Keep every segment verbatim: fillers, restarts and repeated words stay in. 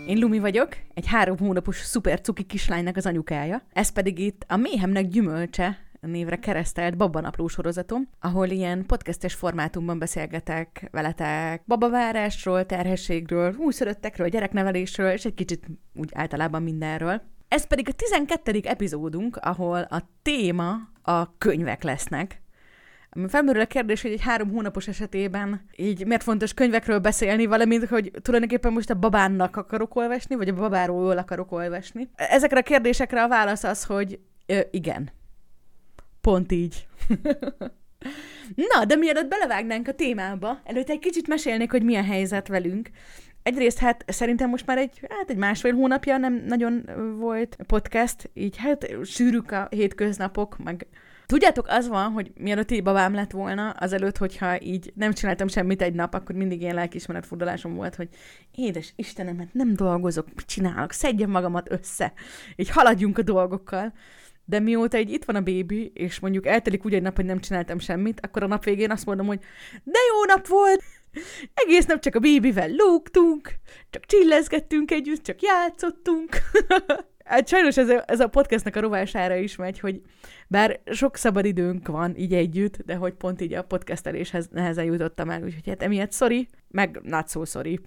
Én Lumi vagyok, egy három hónapos szuper cuki kislánynak az anyukája. Ez pedig itt a Méhemnek gyümölcse névre keresztelt babanapló sorozatom, ahol ilyen podcastes formátumban beszélgetek veletek babavárásról, terhességről, újszülöttekről, gyereknevelésről, és egy kicsit úgy általában mindenről. Ez pedig a tizenkettedik epizódunk, ahol a téma a könyvek lesznek. Felmerül a kérdés, hogy egy három hónapos esetében így miért fontos könyvekről beszélni, valamint, hogy tulajdonképpen most a babának akarok olvasni, vagy a babáról akarok olvasni. Ezekre a kérdésekre a válasz az, hogy ö, igen. Pont így. Na, de mielőtt belevágnánk a témába, előtte egy kicsit mesélnék, hogy mi a helyzet velünk. Egyrészt hát szerintem most már egy, hát egy másfél hónapja nem nagyon volt podcast, így hát sűrűk a hétköznapok, meg tudjátok, az van, hogy mielőtt így babám lett volna, azelőtt, hogyha így nem csináltam semmit egy nap, akkor mindig ilyen lelkiismeretfordulásom volt, hogy édes Istenem, hát nem dolgozok, mit csinálok, szedjem magamat össze, így haladjunk a dolgokkal. De mióta így itt van a bébi, és mondjuk eltelik úgy egy nap, hogy nem csináltam semmit, akkor a nap végén azt mondom, hogy de jó nap volt, egész nap csak a bébivel lógtunk, csak csillezgettünk együtt, csak játszottunk. Hát sajnos ez a, ez a podcastnak a rovására is megy, hogy bár sok szabad időnk van így együtt, de hogy pont így a podcasteléshez nehezen jutottam el, úgyhogy hát emiatt sorry, meg not so sorry.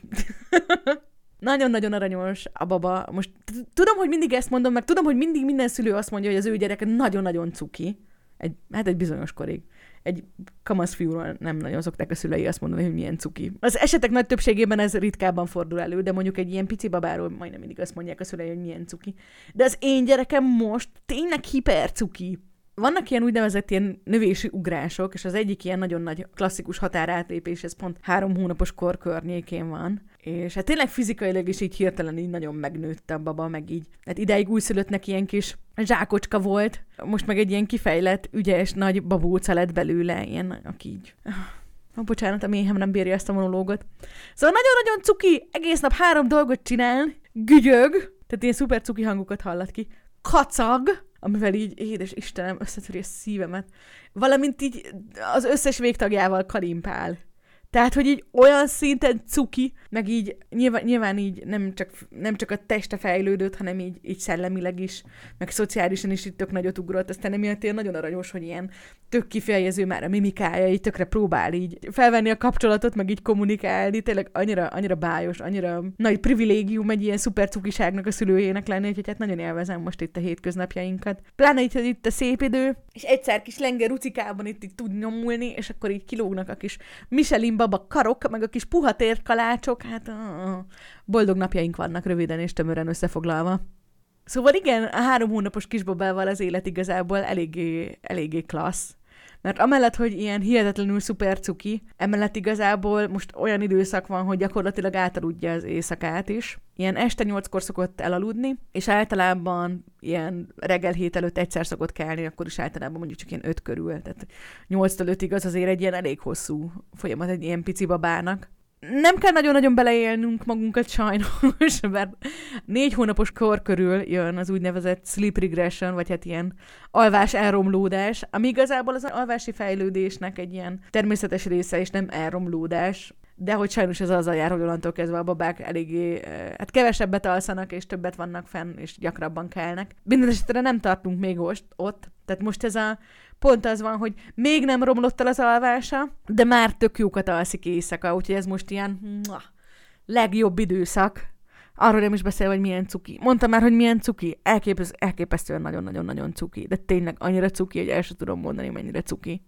Nagyon-nagyon aranyos a baba. Most tudom, hogy mindig ezt mondom, meg tudom, hogy mindig minden szülő azt mondja, hogy az ő gyereke nagyon-nagyon cuki. Egy, hát egy bizonyos korig. Egy kamasz fiúról nem nagyon szokták a szülei azt mondani, hogy milyen cuki. Az esetek nagy többségében ez ritkábban fordul elő, de mondjuk egy ilyen pici babáról majdnem mindig azt mondják a szülei, hogy milyen cuki. De az én gyerekem most tényleg hiper cuki. Vannak ilyen úgynevezett ilyen növési ugrások, és az egyik ilyen nagyon nagy klasszikus határátlépés, ez pont három hónapos kor környékén van. És hát tényleg fizikailag is így hirtelen így nagyon megnőtt a baba, meg így. Hát ideig újszülöttnek ilyen kis zsákocska volt, most meg egy ilyen kifejlett, ügyes, nagy babóca lett belőle, ilyen, aki így... Oh, bocsánat, a méhem nem bírja ezt a monológot. Szóval nagyon-nagyon cuki, egész nap három dolgot csinál, gügyög, tehát ilyen szuper cuki hangokat hallat ki, kacag, amivel így, édes Istenem, összetöri a szívemet, valamint így az összes végtagjával kalimpál. Tehát, hogy így olyan szinten cuki, meg így nyilván, nyilván így nem csak, nem csak a teste fejlődött, hanem így, így szellemileg is, meg szociálisan is így tök nagyot ugrott. Aztán emiatt ilyen nagyon aranyos, hogy ilyen tök kifejező már a mimikája, így tökre próbál így felvenni a kapcsolatot, meg így kommunikálni. Tényleg annyira, annyira bájos, annyira nagy privilégium egy ilyen szuper cukiságnak a szülőjének lenni, úgyhogy hát nagyon élvezem most itt a hétköznapjainkat. Pláne itt, itt a szép idő, és egyszer kis lenge rucikában itt, itt tud nyomulni, és akkor így kilógnak a kis Michelin baba karok, meg a kis puha térkalácsok, hát uh, boldog napjaink vannak röviden és tömören összefoglalva. Szóval igen, a három hónapos kisbabával az élet igazából eléggé, eléggé klassz. Mert amellett, hogy ilyen hihetetlenül szuper cuki, emellett igazából most olyan időszak van, hogy gyakorlatilag átaludja az éjszakát is. Ilyen este nyolckor szokott elaludni, és általában ilyen reggel hét előtt egyszer szokott kelni, akkor is általában mondjuk csak ilyen öt körül. Tehát nyolctól ötig az azért egy ilyen elég hosszú folyamat egy ilyen pici babának. Nem kell nagyon-nagyon beleélnünk magunkat sajnos, mert négy hónapos kor körül jön az úgynevezett sleep regression, vagy hát ilyen alvás elromlódás, ami igazából az alvási fejlődésnek egy ilyen természetes része, és nem elromlódás. De hogy sajnos ez azzal jár, hogy onnantól kezdve a babák eléggé, hát kevesebbet alszanak, és többet vannak fenn, és gyakrabban kelnek. Mindenesetre nem tartunk még ott, tehát most ez a pont az van, hogy még nem romlott el az alvása, de már tök jókat alszik éjszaka, úgyhogy ez most ilyen muah, legjobb időszak. Arról nem is beszél, hogy milyen cuki. Mondtam már, hogy milyen cuki. Elképesz, elképesztően nagyon-nagyon-nagyon cuki. De tényleg annyira cuki, hogy el sem tudom mondani, mennyire cuki.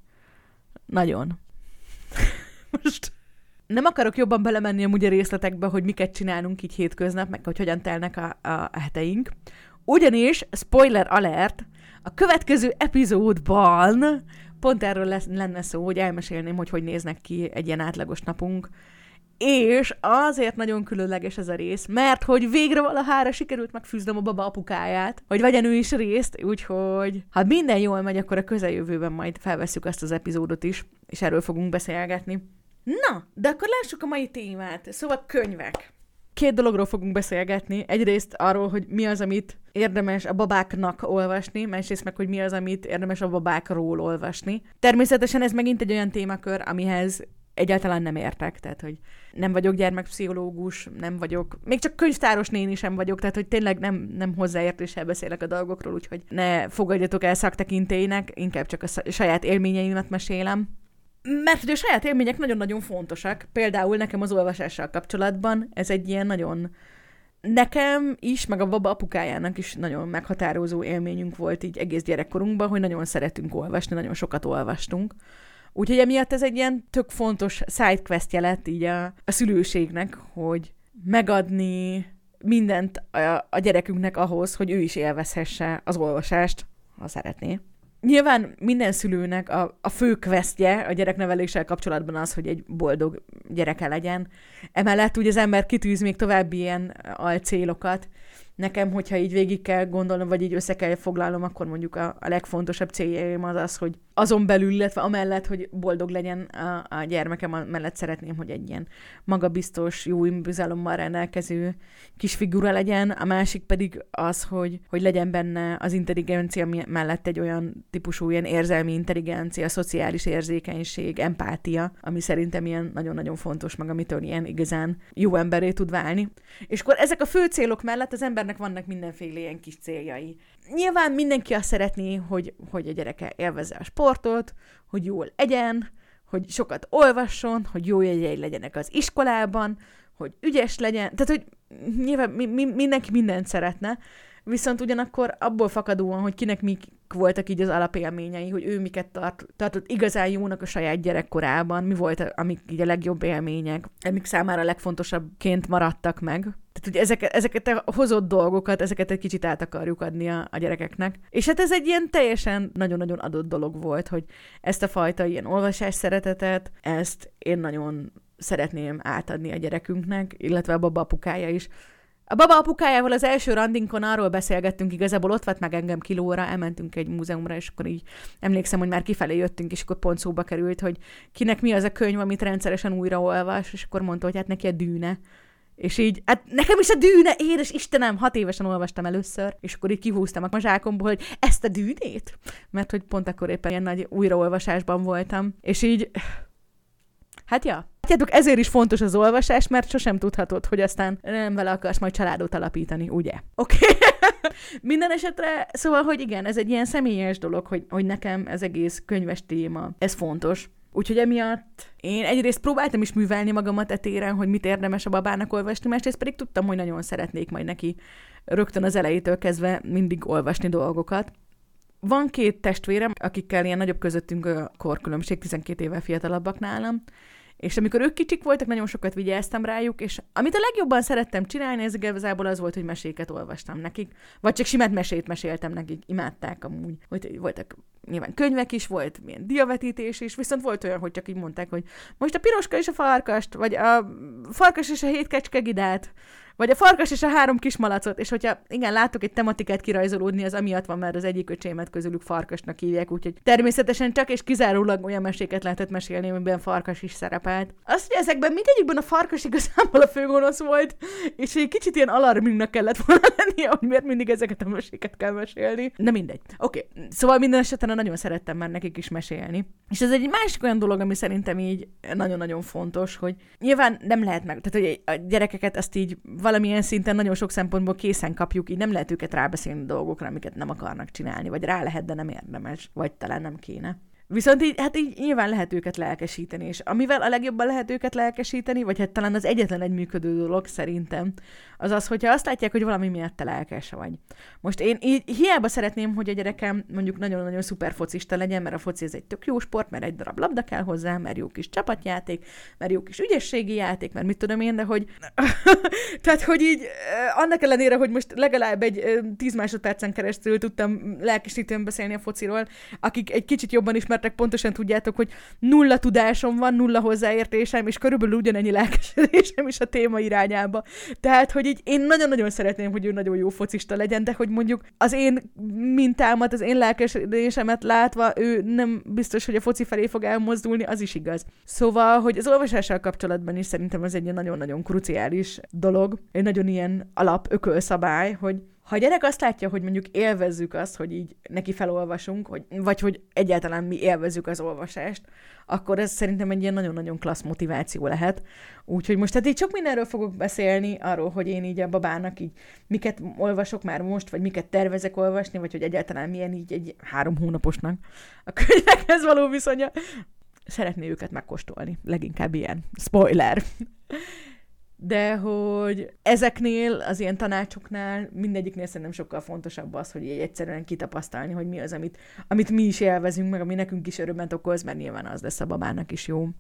Nagyon. Most nem akarok jobban belemenni amúgy a részletekbe, hogy miket csinálunk így hétköznap, meg hogy hogyan telnek a, a heteink. Ugyanis, spoiler alert, a következő epizódban pont erről lesz, lenne szó, hogy elmesélném, hogy hogy néznek ki egy ilyen átlagos napunk. És azért nagyon különleges ez a rész, mert hogy végre valahára sikerült megfűznöm a baba apukáját, hogy vegyen ő is részt, úgyhogy ha minden jól megy, akkor a közeljövőben majd felvesszük azt az epizódot is, és erről fogunk beszélgetni. Na, de akkor lássuk a mai témát. Szóval könyvek. Két dologról fogunk beszélgetni. Egyrészt arról, hogy mi az, amit érdemes a babáknak olvasni, másrészt meg, hogy mi az, amit érdemes a babákról olvasni. Természetesen ez megint egy olyan témakör, amihez egyáltalán nem értek, tehát hogy nem vagyok gyermekpszichológus, nem vagyok, még csak könyvtáros néni sem vagyok, tehát hogy tényleg nem, nem hozzáértéssel beszélek a dolgokról, úgyhogy ne fogadjatok el szaktekintélynek, inkább csak a saját élményeimet mesélem. Mert hogy a saját élmények nagyon-nagyon fontosak, például nekem az olvasással kapcsolatban ez egy ilyen nagyon nekem is, meg a baba apukájának is nagyon meghatározó élményünk volt így egész gyerekkorunkban, hogy nagyon szeretünk olvasni, nagyon sokat olvastunk. Úgyhogy emiatt ez egy ilyen tök fontos sidequestje lett így a, a szülőségnek, hogy megadni mindent a, a gyerekünknek ahhoz, hogy ő is élvezhesse az olvasást, ha szeretné. Nyilván minden szülőnek a, a fő questje a gyerekneveléssel kapcsolatban az, hogy egy boldog gyereke legyen. Emellett úgy az ember kitűz még további ilyen alcélokat. Nekem, hogyha így végig kell gondolnom, vagy így össze kell foglalnom, akkor mondjuk a, a legfontosabb céljaim az az, hogy azon belül, illetve amellett, hogy boldog legyen a, a gyermekem, amellett szeretném, hogy egy ilyen magabiztos, jó önbizalommal rendelkező kis figura legyen. A másik pedig az, hogy, hogy legyen benne az intelligencia mellett egy olyan típusú ilyen érzelmi intelligencia, szociális érzékenység, empátia, ami szerintem ilyen nagyon-nagyon fontos, meg amitől ilyen igazán jó emberré tud válni. És akkor ezek a fő célok mellett az embernek vannak mindenféle ilyen kis céljai. Nyilván mindenki azt szeretné, hogy, hogy a gyereke élvezze a sportot, hogy jól egyen, hogy sokat olvasson, hogy jó jegyei legyenek az iskolában, hogy ügyes legyen. Tehát, hogy nyilván mi, mi, mindenki mindent szeretne, viszont ugyanakkor abból fakadóan, hogy kinek mik voltak így az alapélményei, hogy ő miket tart, tartott igazán jónak a saját gyerekkorában, mi volt, amik így a legjobb élmények, amik számára legfontosabbként maradtak meg. Tehát, hogy ezeket, ezeket a hozott dolgokat, ezeket egy kicsit át akarjuk adni a, a gyerekeknek. És hát ez egy ilyen teljesen nagyon-nagyon adott dolog volt, hogy ezt a fajta ilyen olvasás szeretetet, ezt én nagyon szeretném átadni a gyerekünknek, illetve a baba apukája is. A baba apukájával az első randinkon arról beszélgettünk, igazából ott vett meg engem kilóra, elmentünk egy múzeumra, és akkor így emlékszem, hogy már kifelé jöttünk, és akkor pont szóba került, hogy kinek mi az a könyv, amit rendszeresen újraolvas, és akkor mondta, hogy hát neki a Dűne. És így, hát nekem is a Dűne, édes Istenem, hat évesen olvastam először, és akkor így kihúztam a zsákomból, hogy ezt a Dűnét? Mert hogy pont akkor éppen ilyen nagy újraolvasásban voltam. És így, hát ja. Látjátok, ezért is fontos az olvasás, mert sosem tudhatod, hogy aztán nem vele akarsz majd családot alapítani, ugye? Oké. Okay. Minden esetre, szóval, hogy igen, ez egy ilyen személyes dolog, hogy, hogy nekem ez egész könyves téma, ez fontos. Úgyhogy emiatt én egyrészt próbáltam is művelni magamat e téren, hogy mit érdemes a babának olvasni, másrészt pedig tudtam, hogy nagyon szeretnék majd neki rögtön az elejétől kezdve mindig olvasni dolgokat. Van két testvérem, akikkel ilyen nagyobb közöttünk a korkülönbség, tizenkét évvel fiatalabbak nálam, és amikor ők kicsik voltak, nagyon sokat vigyáztam rájuk, és amit a legjobban szerettem csinálni, ez igazából az volt, hogy meséket olvastam nekik, vagy csak simát mesét meséltem nekik, imádták amúgy. Hogy voltak nyilván könyvek is, volt milyen diavetítés is, viszont volt olyan, hogy csak így mondták, hogy most a piroska és a farkast, vagy a farkas és a hét kecskegidát, vagy a farkas és a három kismalacot, és hogyha igen, látok egy tematikát kirajzolódni, az amiatt van, mert az egyik öcsémet közülük farkasnak hívják, úgyhogy természetesen csak és kizárólag olyan meséket lehetett mesélni, amiben farkas is szerepelt. Azt, hogy ezekben mindegyikben a farkas igazából a főgonosz volt, és egy kicsit ilyen alarmingnak kellett volna lennie, hogy miért mindig ezeket a meséket kell mesélni. De mindegy. Oké, okay. Szóval minden esetben nagyon szerettem már nekik is mesélni. És ez egy másik olyan dolog, ami szerintem így nagyon-nagyon fontos, hogy nyilván nem lehet meg, tehát hogy a gyerekeket azt így valamilyen szinten nagyon sok szempontból készen kapjuk, így nem lehet őket rábeszélni dolgokra, amiket nem akarnak csinálni, vagy rá lehet, de nem érdemes, vagy talán nem kéne. Viszont így, hát így nyilván lehet őket lelkesíteni, és amivel a legjobban lehet őket lelkesíteni, vagy hát talán az egyetlen egy működő dolog szerintem, az az, hogyha azt látják, hogy valami miatt te lelkes vagy. Most én így hiába szeretném, hogy a gyerekem mondjuk nagyon-nagyon szuper focista legyen, mert a foci ez egy tök jó sport, mert egy darab labda kell hozzá, mert jó kis csapatjáték, mert jó kis ügyességi játék, mert mit tudom én, de hogy tehát, hogy így annak ellenére, hogy most legalább egy tíz másodpercen keresztül tudtam lelkesítően beszélni a fociról, akik egy kicsit jobban ismertek, pontosan tudjátok, hogy nulla tudásom van, nulla hozzáértésem, és körülbelül ugyanennyi lelkesedésem is a téma irányába. Tehát, hogy így én nagyon-nagyon szeretném, hogy ő nagyon jó focista legyen, de hogy mondjuk az én mintámat, az én lelkesedésemet látva, ő nem biztos, hogy a foci felé fog elmozdulni, az is igaz. Szóval, hogy az olvasással kapcsolatban is szerintem ez egy nagyon-nagyon kruciális dolog, egy nagyon ilyen alap ökölszabály, hogy Ha a gyerek azt látja, hogy mondjuk élvezzük azt, hogy így neki felolvasunk, hogy, vagy hogy egyáltalán mi élvezzük az olvasást, akkor ez szerintem egy ilyen nagyon-nagyon klassz motiváció lehet. Úgyhogy most hát így sok mindenről fogok beszélni, arról, hogy én így a babának így miket olvasok már most, vagy miket tervezek olvasni, vagy hogy egyáltalán milyen így egy három hónaposnak a könyvekhez való viszonya. Szeretné őket megkóstolni. Leginkább ilyen. Spoiler! De hogy ezeknél, az ilyen tanácsoknál mindegyiknél szerintem sokkal fontosabb az, hogy így egyszerűen kitapasztalni, hogy mi az, amit, amit mi is élvezünk, meg ami nekünk is örömet okoz, mert nyilván az lesz a babának is jó.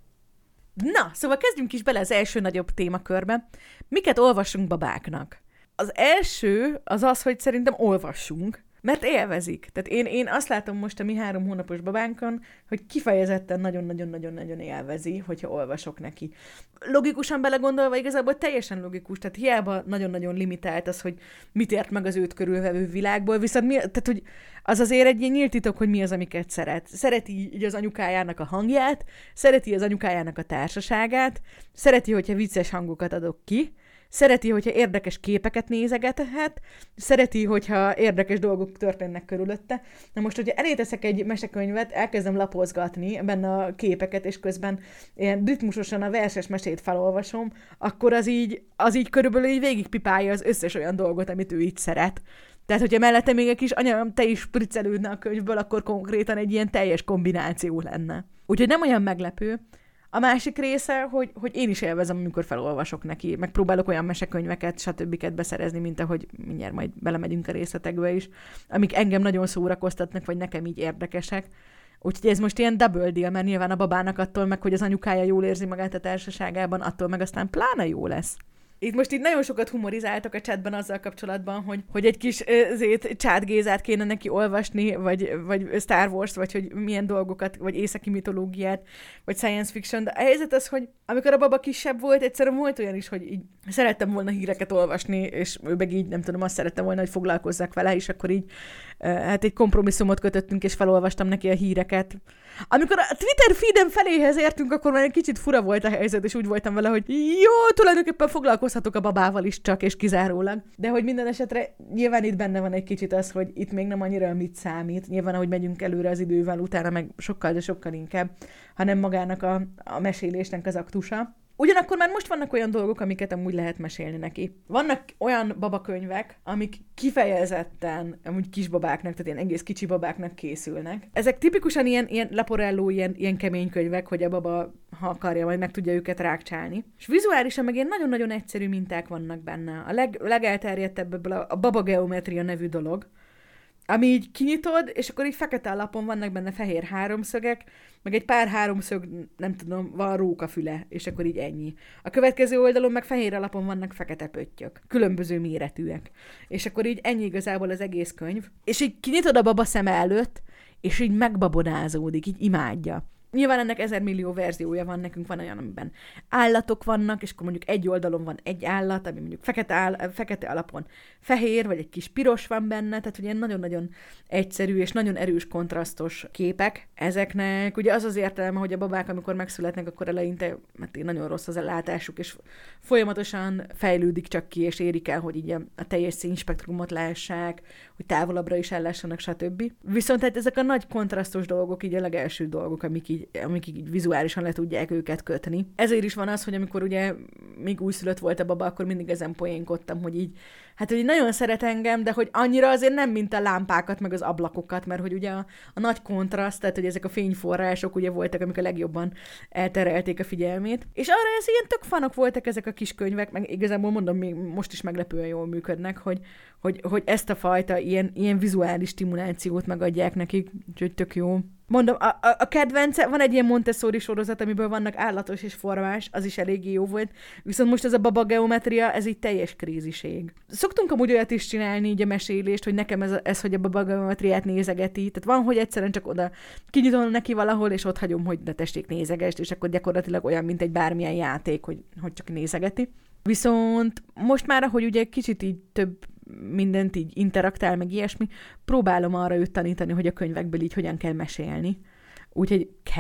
Na, szóval kezdjünk is bele az első nagyobb témakörbe. Miket olvassunk babáknak? Az első az az, hogy szerintem olvassunk, mert élvezik. Tehát én, én azt látom most a mi három hónapos babánkon, hogy kifejezetten nagyon-nagyon-nagyon-nagyon élvezi, hogyha olvasok neki. Logikusan belegondolva igazából teljesen logikus, tehát hiába nagyon-nagyon limitált az, hogy mit ért meg az őt körülvevő világból, viszont mi, tehát, hogy az azért egy ilyen nyílt titok, hogy mi az, amiket szeret. Szereti így az anyukájának a hangját, szereti az anyukájának a társaságát, szereti, hogyha vicces hangokat adok ki, szereti, hogyha érdekes képeket nézegethet, szereti, hogyha érdekes dolgok történnek körülötte. Na most, hogyha eléteszek egy mesekönyvet, elkezdem lapozgatni benne a képeket, és közben ilyen ritmusosan a verses mesét felolvasom, akkor az így, az így körülbelül így végigpipálja az összes olyan dolgot, amit ő így szeret. Tehát, hogyha mellette még egy kis anya, te is spriccelődne a könyvből, akkor konkrétan egy ilyen teljes kombináció lenne. Úgyhogy nem olyan meglepő. A másik része, hogy, hogy én is élvezem, amikor felolvasok neki, megpróbálok olyan mesekönyveket, stb. Beszerezni, mint ahogy mindjárt majd belemegyünk a részletekbe is, amik engem nagyon szórakoztatnak, vagy nekem így érdekesek. Úgyhogy ez most ilyen double deal, mert nyilván a babának attól meg, hogy az anyukája jól érzi magát a társaságában, attól meg aztán pláne jó lesz. Itt most így nagyon sokat humorizáltak a chatben azzal kapcsolatban, hogy, hogy egy kis zét csátgézát kéne neki olvasni, vagy, vagy Star Wars, vagy hogy milyen dolgokat, vagy északi mitológiát, vagy science fiction. De a helyzet az, hogy amikor a baba kisebb volt, egyszerűen volt olyan is, hogy így szerettem volna híreket olvasni, és ő meg így, nem tudom, azt szerettem volna, hogy foglalkozzak vele, és akkor így hát egy kompromisszumot kötöttünk, és felolvastam neki a híreket. Amikor a Twitter feedem feléhez értünk, akkor már egy kicsit fura volt a helyzet, és úgy voltam vele, hogy jó, tulajdonképpen foglalkozhatok a babával is csak, és kizárólag. De hogy minden esetre nyilván itt benne van egy kicsit az, hogy itt még nem annyira mit számít. Nyilván, ahogy megyünk előre az idővel, utána meg sokkal, de sokkal inkább, hanem magának a, a mesélésnek az aktusa. Ugyanakkor már most vannak olyan dolgok, amiket amúgy lehet mesélni neki. Vannak olyan babakönyvek, amik kifejezetten amúgy kisbabáknak, tehát ilyen egész kicsi babáknak készülnek. Ezek tipikusan ilyen, ilyen leporelló, ilyen, ilyen kemény könyvek, hogy a baba, ha akarja, majd meg tudja őket rákcsálni. És vizuálisan meg ilyen nagyon-nagyon egyszerű minták vannak benne. A leg, legelterjedtebb ebből a, a babageometria nevű dolog, ami így kinyitod, és akkor így fekete alapon vannak benne fehér háromszögek, meg egy pár háromszög, nem tudom, van rókafüle, és akkor így ennyi. A következő oldalon meg fehér alapon vannak fekete pöttyök, különböző méretűek. És akkor így ennyi igazából az egész könyv. És így kinyitod a baba szeme előtt, és így megbabonázódik, így imádja. Nyilván ennek ezer millió verziója van, nekünk van olyan, amiben állatok vannak, és akkor mondjuk egy oldalon van egy állat, ami mondjuk fekete, áll, fekete alapon fehér, vagy egy kis piros van benne, tehát hogy ilyen nagyon-nagyon egyszerű és nagyon erős kontrasztos képek ezeknek. Ugye az az értelme, hogy a babák, amikor megszületnek, akkor eleinte, mert nagyon rossz az ellátásuk, és folyamatosan fejlődik csak ki, és érik el, hogy így a, a teljes színspektrumot lássák, hogy távolabbra is ellássanak, stb. Viszont hát ezek a nagy kontrasztos dolgok, így a legelső dolgok, amik így, amik így vizuálisan le tudják őket kötni. Ezért is van az, hogy amikor ugye még újszülött volt a baba, akkor mindig ezen poénkodtam, hogy így, hát hogy nagyon szeret engem, de hogy annyira azért nem, mint a lámpákat, meg az ablakokat, mert hogy ugye a, a nagy kontraszt, tehát hogy ezek a fényforrások ugye voltak, amik a legjobban elterelték a figyelmét. És arra ez ilyen tök fanok voltak ezek a kis könyvek, meg igazából mondom, még most is meglepően jól működnek, hogy, hogy, hogy ezt a fajta ilyen, ilyen vizuális stimulációt megadják nekik, úgyhogy tök jó. Mondom, a, a, a kedvence, van egy ilyen Montessori sorozat, amiből vannak állatos és formás, az is eléggé jó volt, viszont most ez a baba geometria, ez így teljes kríziség. Szoktunk amúgy olyat is csinálni, így a mesélést, hogy nekem ez, ez hogy a baba geometriát nézegeti, tehát van, hogy egyszerűen csak oda kinyitom neki valahol, és ott hagyom, hogy de tessék nézegest, és akkor gyakorlatilag olyan, mint egy bármilyen játék, hogy, hogy csak nézegeti. Viszont most már, ahogy ugye kicsit így több mindent így interaktál, meg ilyesmi, próbálom arra őt tanítani, hogy a könyvekből így hogyan kell mesélni. Úgyhogy kell.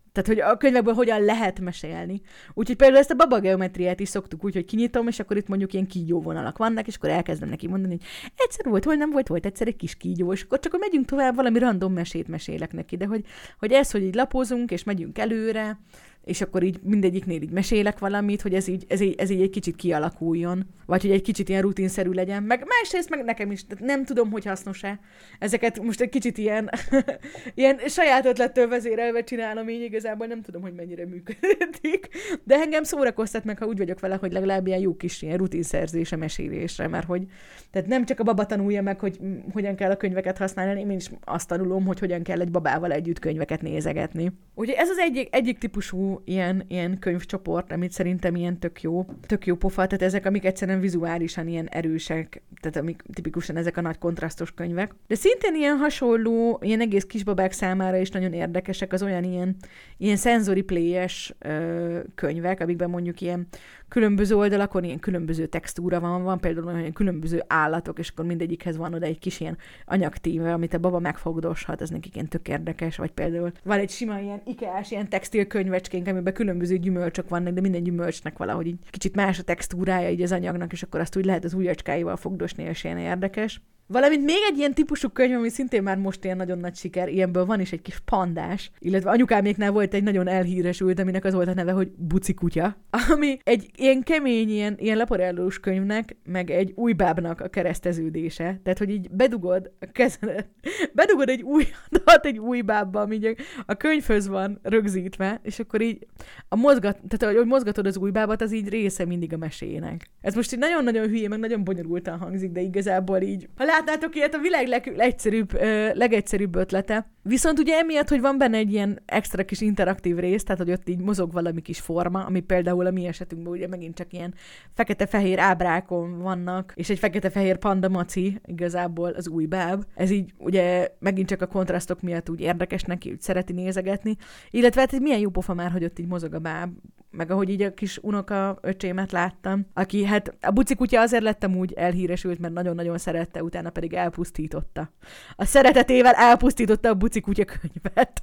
Tehát, hogy a könyvekből hogyan lehet mesélni. Úgyhogy például ezt a babageometriát is szoktuk úgy, hogy kinyitom, és akkor itt mondjuk ilyen kígyóvonalak vannak, és akkor elkezdem neki mondani, hogy egyszer volt, hol nem volt, volt egyszer egy kis kígyó, és akkor csak hogy megyünk tovább, valami random mesét mesélek neki, de hogy, hogy ez, hogy így lapozunk, és megyünk előre, és akkor így mindegyiknél így mesélek valamit, hogy ez így, ez így, ez így egy kicsit kialakuljon, vagy hogy egy kicsit ilyen rutinszerű legyen, meg másrészt meg nekem is, nem tudom, hogy hasznos-e. Ezeket most egy kicsit ilyen, ilyen saját ötlettől vezérelve csinálom, így igazából nem tudom, hogy mennyire működik, de engem szórakoztat meg, ha úgy vagyok vele, hogy legalább ilyen jó kis ilyen rutinszerzés a mesélésre, mert hogy tehát nem csak a baba tanulja meg, hogy hogyan kell a könyveket használni, én is azt tanulom, hogy hogyan kell egy babával együtt könyveket nézegetni. Úgyhogy ez az egyik, egyik típusú ilyen, ilyen könyvcsoport, amit szerintem ilyen tök jó, tök jó pofa, tehát ezek, amik egyszerűen vizuálisan ilyen erősek, tehát amik tipikusan ezek a nagy kontrasztos könyvek. De szintén ilyen hasonló, ilyen egész kisbabák számára is nagyon érdekesek az olyan ilyen, ilyen sensory play-es ö, könyvek, amikben mondjuk ilyen különböző oldalakon ilyen különböző textúra van, van például olyan különböző állatok, és akkor mindegyikhez van oda egy kis ilyen anyagtíme, amit a baba megfogdoshat, ez nekik ilyen tök érdekes, vagy például van egy sima ilyen ikeás, ilyen textil könyvecskénk, amiben különböző gyümölcsök vannak, de minden gyümölcsnek valahogy így kicsit más a textúrája így az anyagnak, és akkor azt úgy lehet az ujjacskáival fogdosni, és ilyen érdekes. Valamint még egy ilyen típusú könyv, ami szintén már most ilyen nagyon nagy siker, ilyenből van is egy kis pandás, illetve anyukáméknál volt egy nagyon elhíresült, aminek az volt a neve, hogy Buci kutya, ami egy ilyen kemény, ilyen, ilyen leporellós könyvnek, meg egy új bábnak a kereszteződése. Tehát, hogy így bedugod a kezedet, bedugod egy új adat egy új bábba, ami a könyvhöz van rögzítve, és akkor így a mozgat, tehát, hogy mozgatod az új bábat, az így része mindig a mesének. Ez most így nagyon-nagyon hülye, meg nagyon bonyolultan hangzik, de igazából így, ha látnátok ilyet, a világ legegyszerűbb, legegyszerűbb ötlete. Viszont ugye emiatt, hogy van benne egy ilyen extra kis interaktív rész, tehát hogy ott így mozog valami kis forma, ami például a mi esetünkben ugye megint csak ilyen fekete-fehér ábrákon vannak, és egy fekete-fehér panda maci igazából az új báb. Ez így ugye megint csak a kontrasztok miatt úgy érdekes neki, úgy szereti nézegetni. Illetve hát milyen jó pofa már, hogy ott így mozog a báb, meg ahogy így a kis unoka öcsémet láttam, aki hát a Buci kutya azért lettem úgy elhíresült, mert nagyon-nagyon szerette, utána pedig elpusztította. A szeretetével elpusztította a Buci kutya könyvet.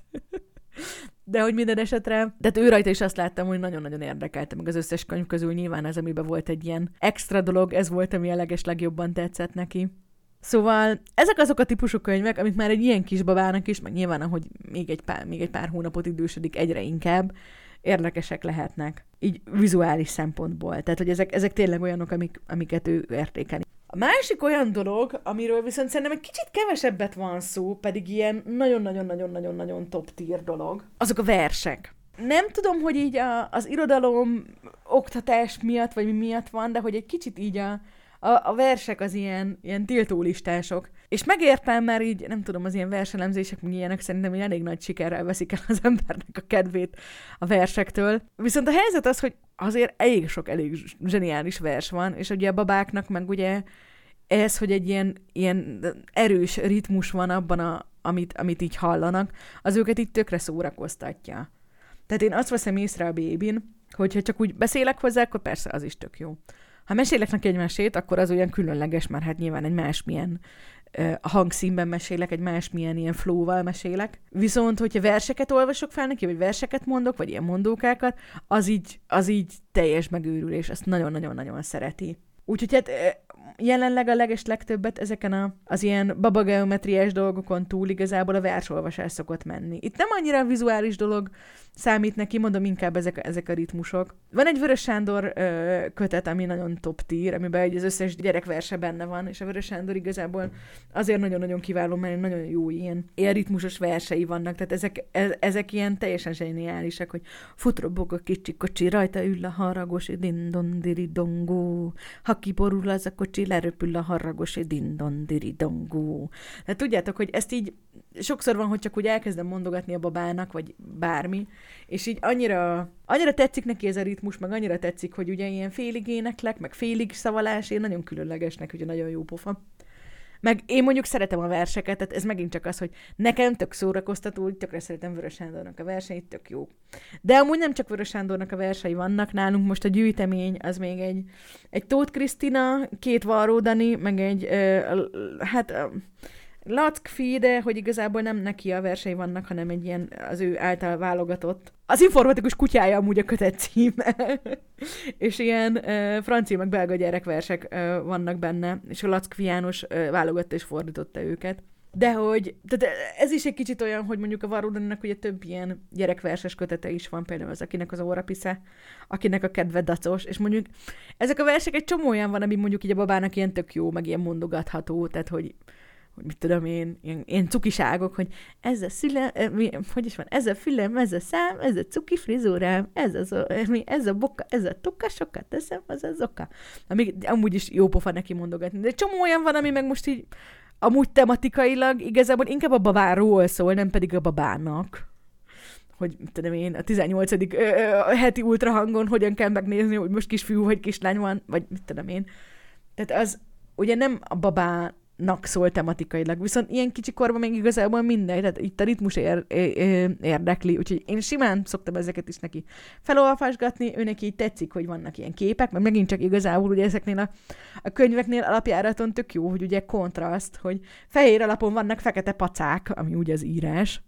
De hogy minden esetre, tehát ő rajta is azt láttam, hogy nagyon-nagyon érdekelte, meg az összes könyv közül nyilván ez, amiben volt egy ilyen extra dolog, ez volt, ami a leges legjobban tetszett neki. Szóval ezek azok a típusú könyvek, amik már egy ilyen kisbabának is, meg nyilván, ahogy még egy pár, még egy pár hónapot idősödik egyre inkább, érdekesek lehetnek, így vizuális szempontból. Tehát, hogy ezek, ezek tényleg olyanok, amik, amiket ő értékeli. A másik olyan dolog, amiről viszont szerintem egy kicsit kevesebbet van szó, pedig ilyen nagyon-nagyon-nagyon-nagyon-nagyon top tier dolog, azok a versek. Nem tudom, hogy így a, az irodalom oktatás miatt, vagy mi miatt van, de hogy egy kicsit így a, a, a versek az ilyen, ilyen tiltólistások. És megértem, mert így, nem tudom, az ilyen verselemzések, meg ilyenek szerintem így elég nagy sikerrel veszik el az embernek a kedvét a versektől. Viszont a helyzet az, hogy azért elég sok, elég zseniális vers van, és ugye a babáknak meg ugye ez, hogy egy ilyen, ilyen erős ritmus van abban, a, amit, amit így hallanak, az őket így tökre szórakoztatja. Tehát én azt veszem észre a bébin, hogyha csak úgy beszélek hozzá, akkor persze az is tök jó. Ha mesélek neki egy mesét, akkor az olyan különleges, mert hát nyilván egy másmilyen a hangszínben mesélek, egy másmilyen ilyen flow-val mesélek. Viszont, hogyha verseket olvasok fel neki, vagy verseket mondok, vagy ilyen mondókákat, az így, az így teljes megőrülés, azt nagyon-nagyon-nagyon szereti. Úgyhogy hát jelenleg a leges legtöbbet ezeken a, az ilyen babageometriás dolgokon túl igazából a versolvasás szokott menni. Itt nem annyira vizuális dolog számít neki, mondom inkább ezek, ezek a ritmusok. Van egy Vörös Sándor ö, kötet, ami nagyon top tier, amiben az összes gyerekverse benne van, és a Vörös Sándor igazából azért nagyon-nagyon kiváló, mert nagyon jó ilyen, ilyen ritmusos versei vannak, tehát ezek, ez, ezek ilyen teljesen zseniálisak, hogy fut robog a kicsi kocsi, rajta ül a haragos, din-don-diri-dongó, ha kiborul az a kocsi, leröpül a haragos, din-don-diri-dongó. Tehát tudjátok, hogy ezt így sokszor van, hogy csak úgy elkezdem mondogatni a babának, vagy bármi, és így annyira, annyira tetszik neki ez a ritmus, meg annyira tetszik, hogy ugye ilyen félig éneklek, meg félig szavalás, én nagyon különlegesnek, ugye nagyon jó pofa. Meg én mondjuk szeretem a verseket, tehát ez megint csak az, hogy nekem tök szórakoztató, tökre szeretem Vörös Sándornak a verseit, tök jó. De amúgy nem csak Vörös Sándornak a versei vannak, nálunk most a gyűjtemény, az még egy, egy Tóth Krisztina, két Varró Dani, meg egy, ö, hát... Ö, Lackfi, de hogy igazából nem neki a versei vannak, hanem egy ilyen az ő által válogatott. Az informatikus kutyája amúgy a kötet címe. És ilyen uh, francia meg belga gyerekversek uh, vannak benne, és a Lackfi János uh, válogatta és fordította őket. De hogy, tehát ez is egy kicsit olyan, hogy mondjuk a Varúdaninak ugye több ilyen gyerekverses kötete is van, például az, akinek az órapisze, akinek a kedve dacos, és mondjuk ezek a versek egy csomó olyan van, ami mondjuk így a babának ilyen tök jó, meg ilyen mondogatható, tehát hogy, hogy mit tudom én, ilyen, ilyen cukiságok, hogy ez a szülem, hogy is van, ez a fülem, ez a szám, ez a cuki frizurám, ez, az, ez a boka, ez a toka, sokat teszem, az az oka. Ami amúgy is jó pofa neki mondogatni, de egy csomó olyan van, ami meg most így amúgy tematikailag igazából inkább a babáról szól, nem pedig a babának. Hogy, tudom én, a tizennyolcadik ö, ö, heti ultrahangon hogyan kell megnézni, hogy most kisfiú vagy kislány van, vagy mit tudom én. Tehát az ugye nem a babának szól tematikailag, viszont ilyen kicsi korban még igazából mindegy, tehát itt a ritmus ér, ér, érdekli, úgyhogy én simán szoktam ezeket is neki felolvasgatni, ő neki így tetszik, hogy vannak ilyen képek, mert megint csak igazából ugye ezeknél a, a könyveknél alapjáraton tök jó, hogy ugye kontraszt, hogy fehér alapon vannak fekete pacák, ami ugye az írás.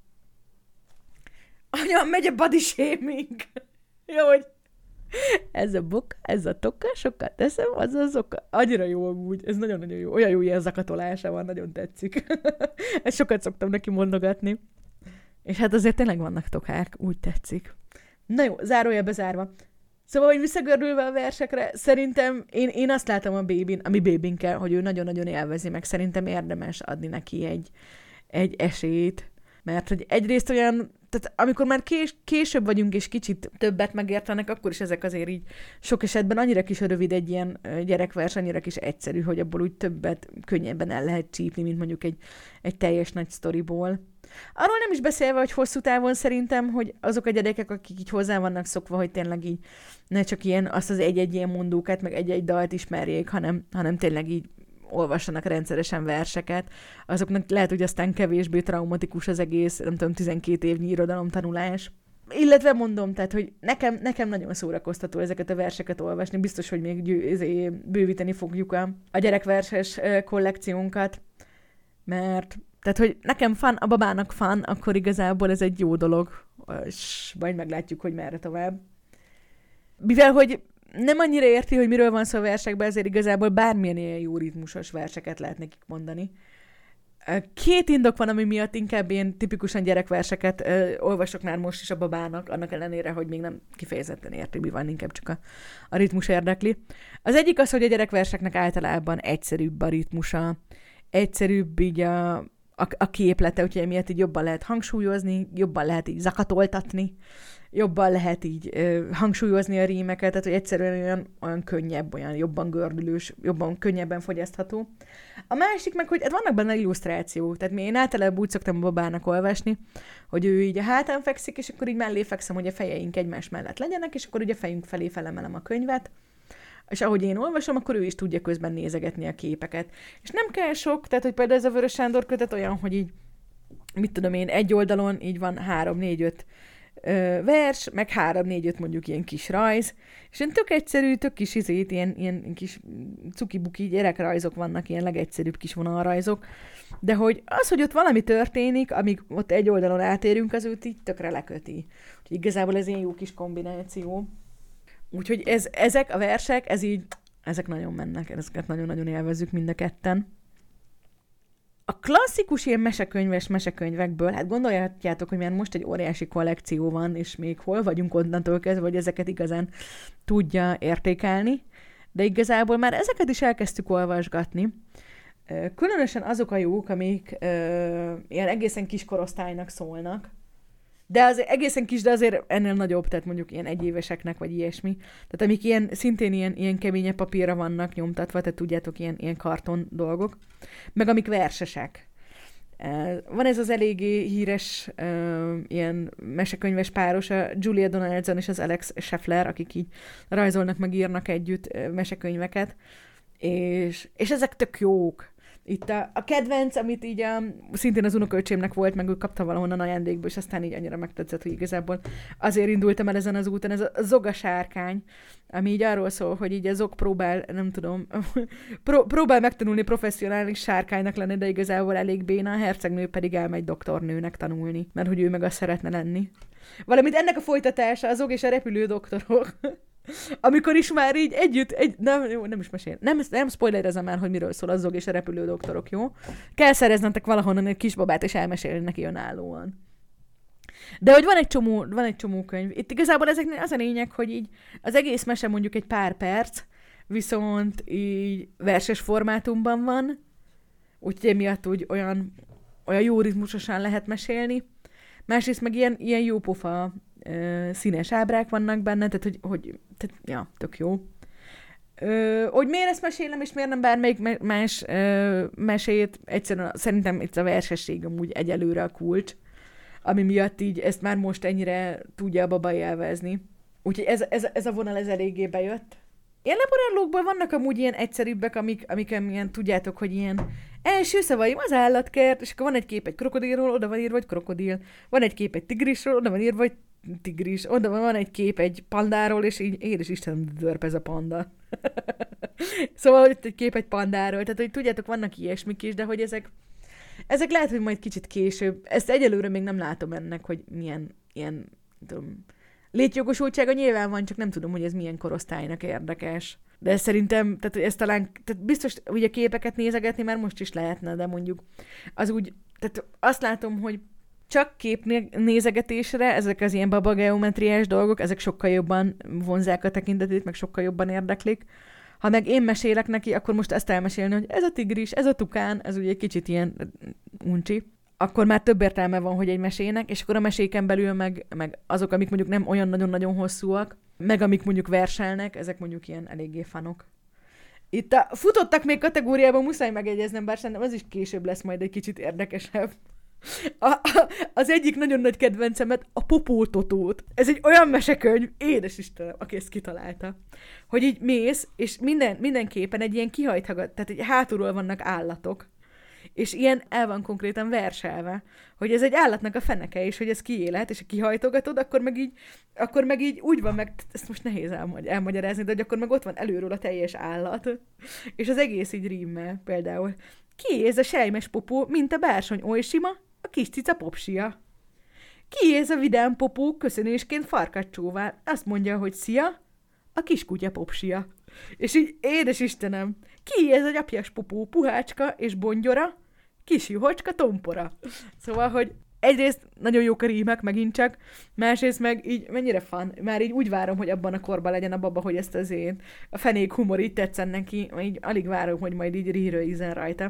Anyám, megy a body shaming! Jó, hogy ez a boka, ez a toka, sokat teszem, az az oka. Annyira jó amúgy, ez nagyon-nagyon jó. Olyan jó ilyen zakatolása van, nagyon tetszik. Ezt sokat szoktam neki mondogatni. És hát azért tényleg vannak tokák, úgy tetszik. Na jó, zárója bezárva. Szóval, hogy visszagördülve a versekre, szerintem én, én azt látom a bébin, ami bébinkkel, hogy ő nagyon-nagyon élvezi, meg szerintem érdemes adni neki egy, egy esélyt. Mert hogy egyrészt olyan, tehát amikor már kés, később vagyunk és kicsit többet megértenek, akkor is ezek azért így sok esetben annyira kis rövid egy ilyen gyerekvers, annyira kis egyszerű, hogy abból úgy többet könnyebben el lehet csípni, mint mondjuk egy, egy teljes nagy sztoriból. Arról nem is beszélve, hogy hosszú távon szerintem, hogy azok a gyerekek, akik így hozzá vannak szokva, hogy tényleg így ne csak ilyen, azt az egy-egy ilyen mondókat, meg egy-egy dalt ismerjék, hanem, hanem tényleg így olvassanak rendszeresen verseket, azoknak lehet, hogy aztán kevésbé traumatikus az egész, nem tudom, tizenkét évnyi irodalomtanulás. Illetve mondom, tehát, hogy nekem, nekem nagyon szórakoztató ezeket a verseket olvasni, biztos, hogy még győ, bővíteni fogjuk a, a gyerekverses kollekciónkat, mert tehát, hogy nekem fan, a babának fan, akkor igazából ez egy jó dolog, és majd meglátjuk, hogy merre tovább. Mivel, hogy nem annyira érti, hogy miről van szó a versekben, ezért igazából bármilyen ilyen jó ritmusos verseket lehet nekik mondani. Két indok van, ami miatt inkább én tipikusan gyerekverseket ö, olvasok már most is a babának, annak ellenére, hogy még nem kifejezetten érti, mi van, inkább csak a, a ritmus érdekli. Az egyik az, hogy a gyerekverseknek általában egyszerűbb a ritmusa, egyszerűbb így a, a, a képlete, úgyhogy emiatt így jobban lehet hangsúlyozni, jobban lehet így zakatoltatni, jobban lehet így ö, hangsúlyozni a rímeket, tehát hogy egyszerűen olyan, olyan könnyebb, olyan jobban gördülős, jobban könnyebben fogyasztható. A másik meg, hogy hát vannak benne illusztrációk, tehát én általában úgy szoktam a babának olvasni, hogy ő így a hátán fekszik, és akkor így mellé fekszem, hogy a fejeink egymás mellett legyenek, és akkor ugye a fejünk felé felemelem a könyvet, és ahogy én olvasom, akkor ő is tudja közben nézegetni a képeket. És nem kell sok, tehát hogy például ez a Vörös Sándor kötet olyan, hogy így, mit tudom én, egy oldalon így van három, négy, öt vers, meg három, négy, öt mondjuk ilyen kis rajz, és ilyen tök egyszerű, tök kis izét, ilyen, ilyen kis cuki-buki gyerekrajzok vannak, ilyen legegyszerűbb kis vonalrajzok, de hogy az, hogy ott valami történik, amíg ott egy oldalon átérünk, az őt így tökre leköti. Úgyhogy igazából ez ilyen jó kis kombináció. Úgyhogy ez, ezek a versek, ez így, ezek nagyon mennek, ezeket nagyon-nagyon élvezzük mind a ketten. A klasszikus ilyen mesekönyves mesekönyvekből, hát gondolhatjátok, hogy már most egy óriási kollekció van, és még hol vagyunk onnantól kezdve, hogy ezeket igazán tudja értékelni, de igazából már ezeket is elkezdtük olvasgatni. Különösen azok a jók, amik ö, ilyen egészen kis korosztálynak szólnak, de az egészen kis, de azért ennél nagyobb, tehát mondjuk ilyen egyéveseknek, vagy ilyesmi. Tehát amik ilyen, szintén ilyen, ilyen keményebb papírra vannak nyomtatva, tehát tudjátok, ilyen, ilyen karton dolgok. Meg amik versesek. Van ez az eléggé híres uh, ilyen mesekönyves páros, a Julia Donaldson és az Alex Scheffler, akik így rajzolnak, meg írnak együtt uh, mesekönyveket, és, és ezek tök jók. Itt a, a kedvenc, amit így a, szintén az unokaöcsémnek volt, meg ő kapta valahonnan ajándékba, és aztán így annyira megtetszett, hogy igazából azért indultam el ezen az úton, ez a, a Zog a sárkány, ami így arról szól, hogy így a Zog próbál, nem tudom, pró- próbál megtanulni professzionális sárkánynak lenni, de igazából elég béna, a hercegnő pedig elmegy doktornőnek tanulni, mert hogy ő meg azt szeretne lenni. Valamint ennek a folytatása, a Zog és a repülő doktorok. Amikor is már így együtt, egy, nem, jó, nem is mesél, nem, nem spoilerezem már, hogy miről szól a Zog és a repülő doktorok, jó? Kell szereznetek valahonnan egy kisbabát, és elmesélni neki önállóan. De hogy van egy csomó, van egy csomó könyv. Itt igazából ezeknél az a lényeg, hogy így az egész mese mondjuk egy pár perc, viszont így verses formátumban van, úgyhogy emiatt úgy olyan, olyan jó ritmusosan lehet mesélni. Másrészt meg ilyen, ilyen jó pofa ö, színes ábrák vannak benne, tehát hogy, hogy tehát, ja, tök jó. Ö, hogy miért ezt mesélem, és miért nem bármelyik más ö, mesét, egyszerűen szerintem itt a versesség amúgy egyelőre a kulcs, ami miatt így ezt már most ennyire tudja a baba élvezni. Úgyhogy ez, ez, ez a vonal ez eléggé bejött. Ilyen leporárlókból vannak amúgy ilyen egyszerűbbek, amik, amik ilyen, tudjátok, hogy ilyen első szavaim az állatkert, és akkor van egy kép egy krokodilról, oda van írva, hogy krokodil. Van egy kép egy tigrisről, oda van írva, hogy tigris. Oda van egy kép egy pandáról, és így, édes Istenem, dörp ez a panda. Szóval itt egy kép egy pandáról, tehát hogy tudjátok, vannak ilyesmik is, de hogy ezek, ezek lehet, hogy majd kicsit később. Ezt egyelőre még nem látom ennek, hogy milyen ilyen, tudom, létjogosultsága nyilván van, csak nem tudom, hogy ez milyen korosztálynak érdekes. De szerintem, tehát ez talán, tehát biztos, hogy a képeket nézegetni már most is lehetne, de mondjuk az úgy, tehát azt látom, hogy csak képnézegetésre ezek az ilyen babageometriás dolgok, ezek sokkal jobban vonzák a tekintetét, meg sokkal jobban érdeklik. Ha meg én mesélek neki, akkor most ezt elmesélni, hogy ez a tigris, ez a tukán, ez ugye egy kicsit ilyen uncsi. Akkor már több értelme van, hogy egy mesének, és akkor a meséken belül meg, meg azok, amik mondjuk nem olyan nagyon-nagyon hosszúak, meg amik mondjuk verselnek, ezek mondjuk ilyen eléggé fanok. Itt a futottak még kategóriában muszáj megegyeznem, bár szerintem az is később lesz majd egy kicsit érdekesebb. A, a, az egyik nagyon nagy kedvencemet, a Popótotót. Ez egy olyan mesekönyv, édes Istenem, aki ezt kitalálta, hogy így mész, és minden, mindenképpen egy ilyen kihajthagat, tehát egy hátulról vannak állatok, és ilyen el van konkrétan verselve, hogy ez egy állatnak a feneke, és hogy ez kiélet, és ha kihajtogatod, akkor meg így, akkor meg így úgy van meg, ezt most nehéz elmagy- elmagyarázni, de hogy akkor meg ott van előről a teljes állat, és az egész így rímmel például. Ki ez a sejmes popó, mint a bársony oly sima, a kis cica popsia? Ki ez a vidám popó, köszönésként farkat csóvál, azt mondja, hogy szia, a kiskutya popsia. És így, édes Istenem, ki ez a gyapjas popó, puhácska és bongyora, kis juhocska tompora. Szóval, hogy egyrészt nagyon jók a rímek megint csak, másrészt meg így mennyire fun. Már így úgy várom, hogy abban a korban legyen a baba, hogy ezt az én a fenék humor így tetszen neki, így alig várom, hogy majd így rírőizzen rajta.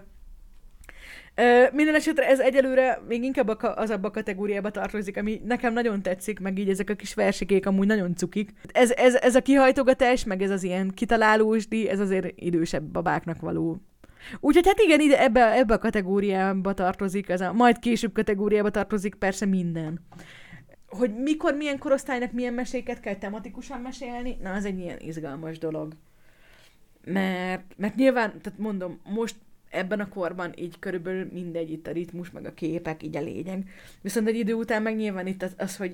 Ö, minden esetre ez egyelőre még inkább az abba a kategóriába tartozik, ami nekem nagyon tetszik, meg így ezek a kis versikék amúgy nagyon cukik. Ez, ez, ez a kihajtogatás, meg ez az ilyen kitalálósdi, ez azért idősebb babáknak való. Úgyhogy hát igen, ide, ebbe, ebbe a kategóriába tartozik, ez a majd később kategóriába tartozik persze minden. Hogy mikor, milyen korosztálynak milyen meséket kell tematikusan mesélni, na az egy ilyen izgalmas dolog. Mert, mert nyilván, tehát mondom, most ebben a korban így körülbelül mindegy, itt a ritmus, meg a képek, így a lényeg. Viszont egy idő után meg nyilván itt az, az hogy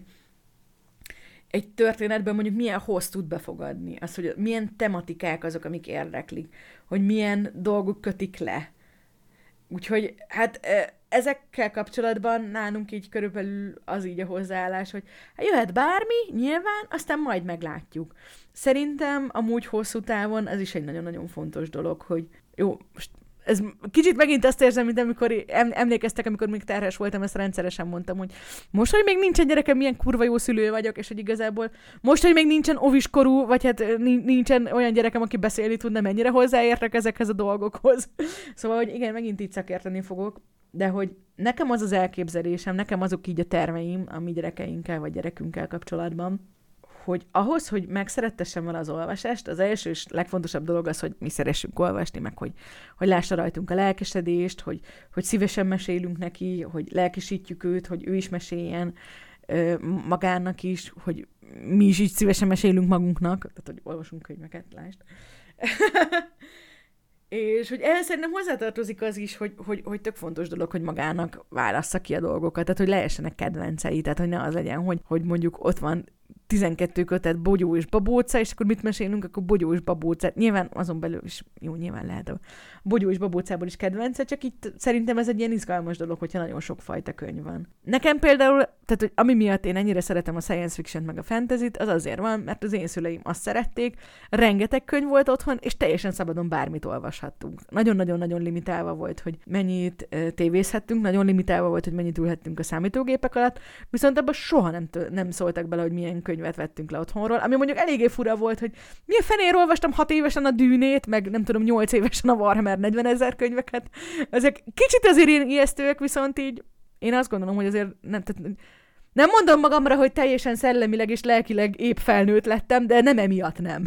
egy történetben mondjuk milyen hossz tud befogadni, az, hogy milyen tematikák azok, amik érdeklik, hogy milyen dolgok kötik le. Úgyhogy hát ezekkel kapcsolatban nálunk így körülbelül az így a hozzáállás, hogy hát jöhet bármi, nyilván, aztán majd meglátjuk. Szerintem amúgy hosszú távon ez is egy nagyon-nagyon fontos dolog, hogy jó, most ez kicsit megint azt érzem, mint amikor emlékeztek, amikor még terhes voltam, ezt rendszeresen mondtam, hogy most, hogy még nincsen gyerekem, milyen kurva jó szülő vagyok, és hogy igazából most, hogy még nincsen oviskorú, vagy hát nincsen olyan gyerekem, aki beszélni tudna, mennyire hozzáértek ezekhez a dolgokhoz. Szóval, hogy igen, megint így szakérteni fogok, de hogy nekem az az elképzelésem, nekem azok így a terveim a mi gyerekeinkkel, vagy gyerekünkkel kapcsolatban, hogy ahhoz, hogy megszerettessem vele az olvasást, az első és legfontosabb dolog az, hogy mi szeressünk olvasni, meg hogy, hogy lássa rajtunk a lelkesedést, hogy, hogy szívesen mesélünk neki, hogy lelkesítjük őt, hogy ő is meséljen ö, magának is, hogy mi is így szívesen mesélünk magunknak, tehát hogy olvasunk könyveket, lásd. És hogy ehhez szerintem hozzátartozik az is, hogy, hogy, hogy tök fontos dolog, hogy magának válassza ki a dolgokat, tehát hogy lehessenek kedvencei, tehát hogy ne az legyen, hogy, hogy mondjuk ott van tizenkettő kötet Bogyó és Babóca, és akkor mit mesélünk, akkor Bogyó és Babócát. Nyilván azon belül is, jó, nyilván lehet a Bogyó és Babócából is kedvence, csak itt szerintem ez egy ilyen izgalmas dolog, hogyha nagyon sok fajta könyv van. Nekem például, tehát hogy ami miatt én ennyire szeretem a science fiction meg a fantasyt, az azért van, mert az én szüleim azt szerették, rengeteg könyv volt otthon, és teljesen szabadon bármit olvashattunk. Nagyon-nagyon-nagyon limitálva volt, hogy mennyit e, tévézhettünk, nagyon limitálva volt, hogy mennyit ülhettünk a számítógépek alatt, viszont abban soha nem, t- nem szóltak bele, hogy milyen könyvet vettünk le otthonról, ami mondjuk eléggé fura volt, hogy milyen fenéről olvastam hat évesen a Dűnét, meg nem tudom, nyolc évesen a Warhammer negyvenezer könyveket. Ezek kicsit azért ilyen ijesztőek, viszont így én azt gondolom, hogy azért nem, tehát nem mondom magamra, hogy teljesen szellemileg és lelkileg épp felnőtt lettem, de nem emiatt nem.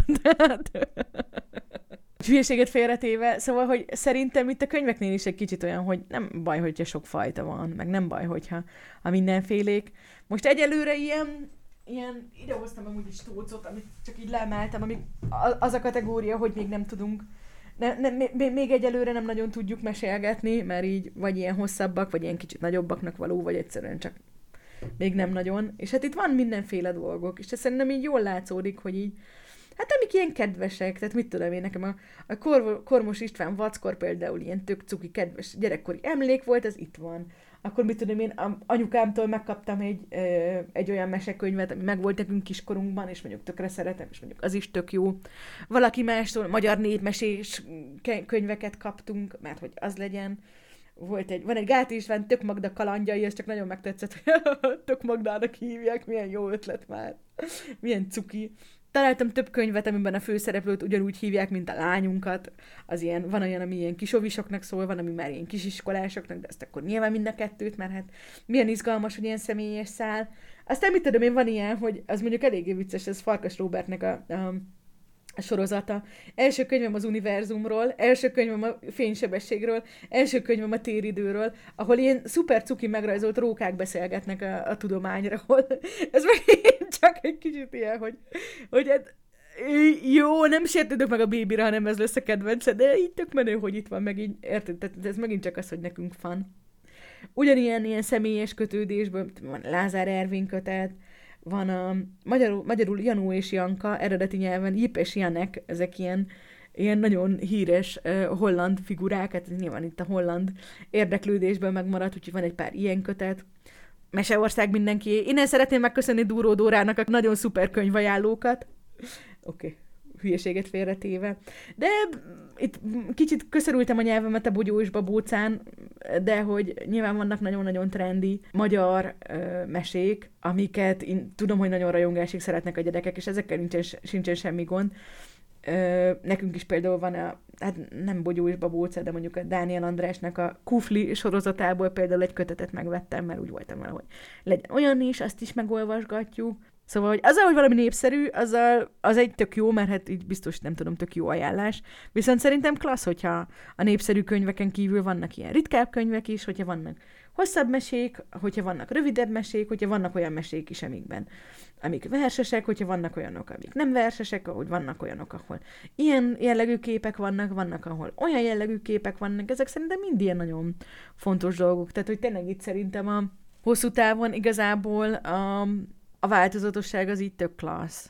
Hülyeséget félretéve, szóval, hogy szerintem itt a könyveknél is egy kicsit olyan, hogy nem baj, hogyha sok fajta van, meg nem baj, hogyha ha mindenfélék. Most egyelőre ilyen Ilyen, idehoztam amúgy is tócot, amit csak így leemeltem, ami az a kategória, hogy még nem tudunk, ne, ne, még egyelőre nem nagyon tudjuk mesélgetni, mert így vagy ilyen hosszabbak, vagy ilyen kicsit nagyobbaknak való, vagy egyszerűen csak még nem nagyon. És hát itt van mindenféle dolgok, és ez szerintem így jól látszódik, hogy így, hát amik ilyen kedvesek, tehát mit tudom én, nekem a, a Kor, Kormos István Vackor például ilyen tök cuki, kedves gyerekkori emlék volt, ez itt van. Akkor mit tudom én, anyukámtól megkaptam egy, ö, egy olyan mesekönyvet, ami meg volt nekünk kiskorunkban, és mondjuk tökre szeretem, és mondjuk az is tök jó. Valaki mástól magyar népmesés könyveket kaptunk, mert hogy az legyen. Volt egy, van egy Gáti István Tök Magda kalandjai, ez csak nagyon megtetszett, hogy Tök Magdának hívják, milyen jó ötlet már. Milyen cuki. Találtam több könyvet, amiben a főszereplőt ugyanúgy hívják, mint a lányunkat. Az ilyen, van olyan, ami ilyen kisovisoknak szól, van, ami már ilyen kisiskolásoknak, de ezt akkor nyilván mind a kettőt, mert hát milyen izgalmas, hogy ilyen személyes szál. Aztán mit tudom én, van ilyen, hogy az mondjuk eléggé vicces, ez Farkas Róbertnek a, a, a sorozata. Első könyvem az univerzumról, első könyvem a fénysebességről, első könyvem a téridőről, ahol ilyen szuper cuki megrajzolt rókák beszélgetnek a, a tudományról. Ez meg csak egy kicsit ilyen, hogy, hogy hát, jó, nem sértődök meg a bébire, hanem ez lesz a kedvence, de így tök menő, hogy itt van, meg így, érted? Tehát ez megint csak az, hogy nekünk fan. Ugyanilyen ilyen személyes kötődésből, van Lázár Ervin kötet, van a magyarul, magyarul Janó és Janka, eredeti nyelven Jip és Janek, ezek ilyen, ilyen nagyon híres uh, holland figurák, hát nyilván itt a holland érdeklődésből megmaradt, úgyhogy van egy pár ilyen kötet. Meseország mindenki. Innen szeretném megköszönni Dúró Dórának a nagyon szuper könyvajánlókat. Oké, okay. Hülyeséget félretéve. De itt kicsit köszörültem a nyelvemet a Bogyó és Babócán, de hogy nyilván vannak nagyon-nagyon trendi magyar ö, mesék, amiket én tudom, hogy nagyon rajongásig szeretnek a gyerekek, és ezekkel nincsen, sincsen semmi gond. Ö, nekünk is például van a, hát nem Bogyó és Babóca, de mondjuk a Dániel Andrásnak a Kufli sorozatából például egy kötetet megvettem, mert úgy voltam vele, hogy legyen olyan is, azt is megolvasgatjuk. Szóval, hogy azzal, hogy valami népszerű, azzal, az egy tök jó, mert hát így biztos nem tudom, tök jó ajánlás. Viszont szerintem klassz, hogyha a népszerű könyveken kívül vannak ilyen ritkább könyvek is, hogyha vannak hosszabb mesék, hogyha vannak rövidebb mesék, hogyha vannak olyan mesék is, amikben, amik versesek, hogyha vannak olyanok, amik nem versesek, ahogy vannak olyanok, ahol ilyen jellegű képek vannak, vannak, ahol olyan jellegű képek vannak. Ezek szerintem mind ilyen nagyon fontos dolgok. Tehát, hogy tényleg itt szerintem a hosszú távon igazából a A változatosság az így tök klassz.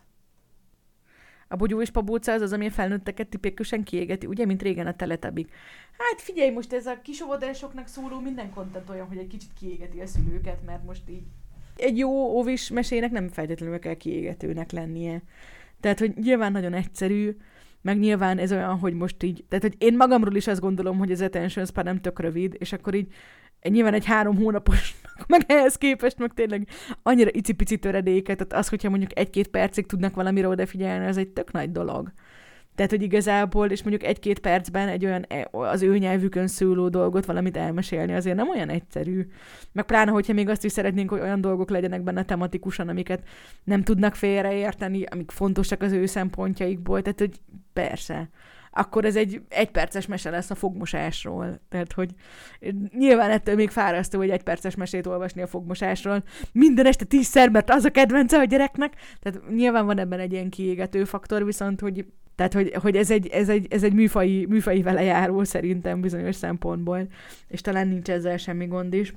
A Bogyó és Babóca az az, ami a felnőtteket tipikusan kiégeti, ugye, mint régen a Teletubbies. Hát figyelj, most ez a kisovodásoknak szóló minden content olyan, hogy egy kicsit kiégeti a szülőket, mert most így egy jó óvis mesének nem feltétlenül kell kiégetőnek lennie. Tehát, hogy nyilván nagyon egyszerű, meg nyilván ez olyan, hogy most így, tehát, hogy én magamról is azt gondolom, hogy az attention span nem tök rövid, és akkor így nyilván egy három hónapos, meg ehhez képest, meg tényleg annyira icipici töredéket, tehát az, hogyha mondjuk egy-két percig tudnak valamire odafigyelni, az egy tök nagy dolog. Tehát, hogy igazából, és mondjuk egy-két percben egy olyan az ő nyelvükön szóló dolgot valamit elmesélni azért nem olyan egyszerű. Meg pláne, hogyha még azt is szeretnénk, hogy olyan dolgok legyenek benne tematikusan, amiket nem tudnak félreérteni, amik fontosak az ő szempontjaikból. Tehát, hogy persze. akkor ez egy egyperces mese lesz a fogmosásról. Tehát, hogy nyilván ettől még fárasztó, hogy egyperces mesét olvasni a fogmosásról. Minden este tízszer, mert az a kedvence a gyereknek. Tehát nyilván van ebben egy ilyen kiégető faktor, viszont, hogy tehát, hogy, hogy ez egy, ez egy, ez egy műfai, műfai vele járó szerintem bizonyos szempontból, és talán nincs ezzel semmi gond is.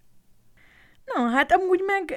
No, hát amúgy meg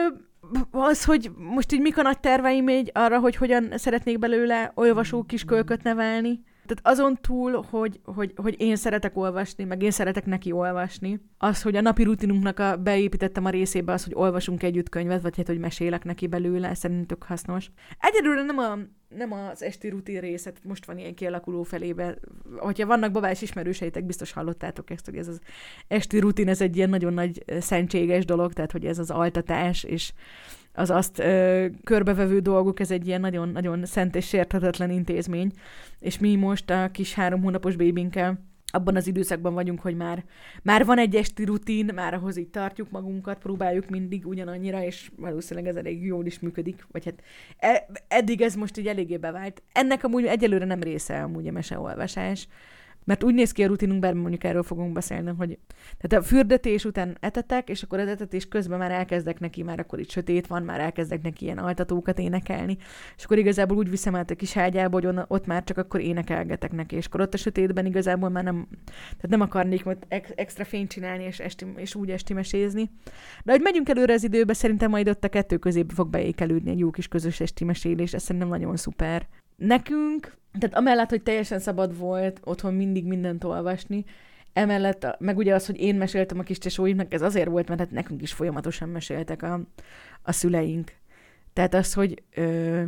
ö, az, hogy most így mik a nagy terveim így arra, hogy hogyan szeretnék belőle olvasó kiskölköt nevelni. Tehát azon túl, hogy, hogy, hogy én szeretek olvasni, meg én szeretek neki olvasni, az, hogy a napi rutinunknak a, beépítettem a részébe az, hogy olvasunk együtt könyvet, vagy hát, hogy mesélek neki belőle, szerintem tök hasznos. Egyelőre nem, a, nem az esti rutin részet, most van ilyen kialakuló felébe. Hogyha vannak babás ismerőseitek, biztos hallottátok ezt, hogy ez az esti rutin, ez egy ilyen nagyon nagy szentséges dolog, tehát, hogy ez az altatás, és az azt ö, körbevevő dolgok, ez egy ilyen nagyon-nagyon szent és sérthetetlen intézmény, és mi most a kis három hónapos bébinkkel abban az időszakban vagyunk, hogy már, már van egy esti rutin, már ahhoz így tartjuk magunkat, próbáljuk mindig ugyanannyira, és valószínűleg ez elég jól is működik, vagy hát e, eddig ez most így eléggé bevált. Ennek amúgy egyelőre nem része amúgy a meseolvasás, mert úgy néz ki a rutinunk, bár mondjuk erről fogunk beszélni, hogy tehát a fürdetés után etetek, és akkor az etetés közben már elkezdek neki, már akkor itt sötét van, már elkezdek neki ilyen altatókat énekelni, és akkor igazából úgy viszem át a kis ágyába, hogy ott már csak akkor énekelgetek neki, és akkor ott a sötétben igazából már nem, tehát nem akarnék majd ex- extra fényt csinálni, és, esti, és úgy esti mesézni. De hogy megyünk előre az időbe, szerintem majd ott a kettő közébe fog beékelődni egy jó kis közös esti mesélés, ez szerintem nagyon szuper. Nekünk, tehát amellett, hogy teljesen szabad volt otthon mindig mindent olvasni, emellett, meg ugye az, hogy én meséltem a kis tesóimnak, ez azért volt, mert hát nekünk is folyamatosan meséltek a, a szüleink. Tehát az, hogy, ö,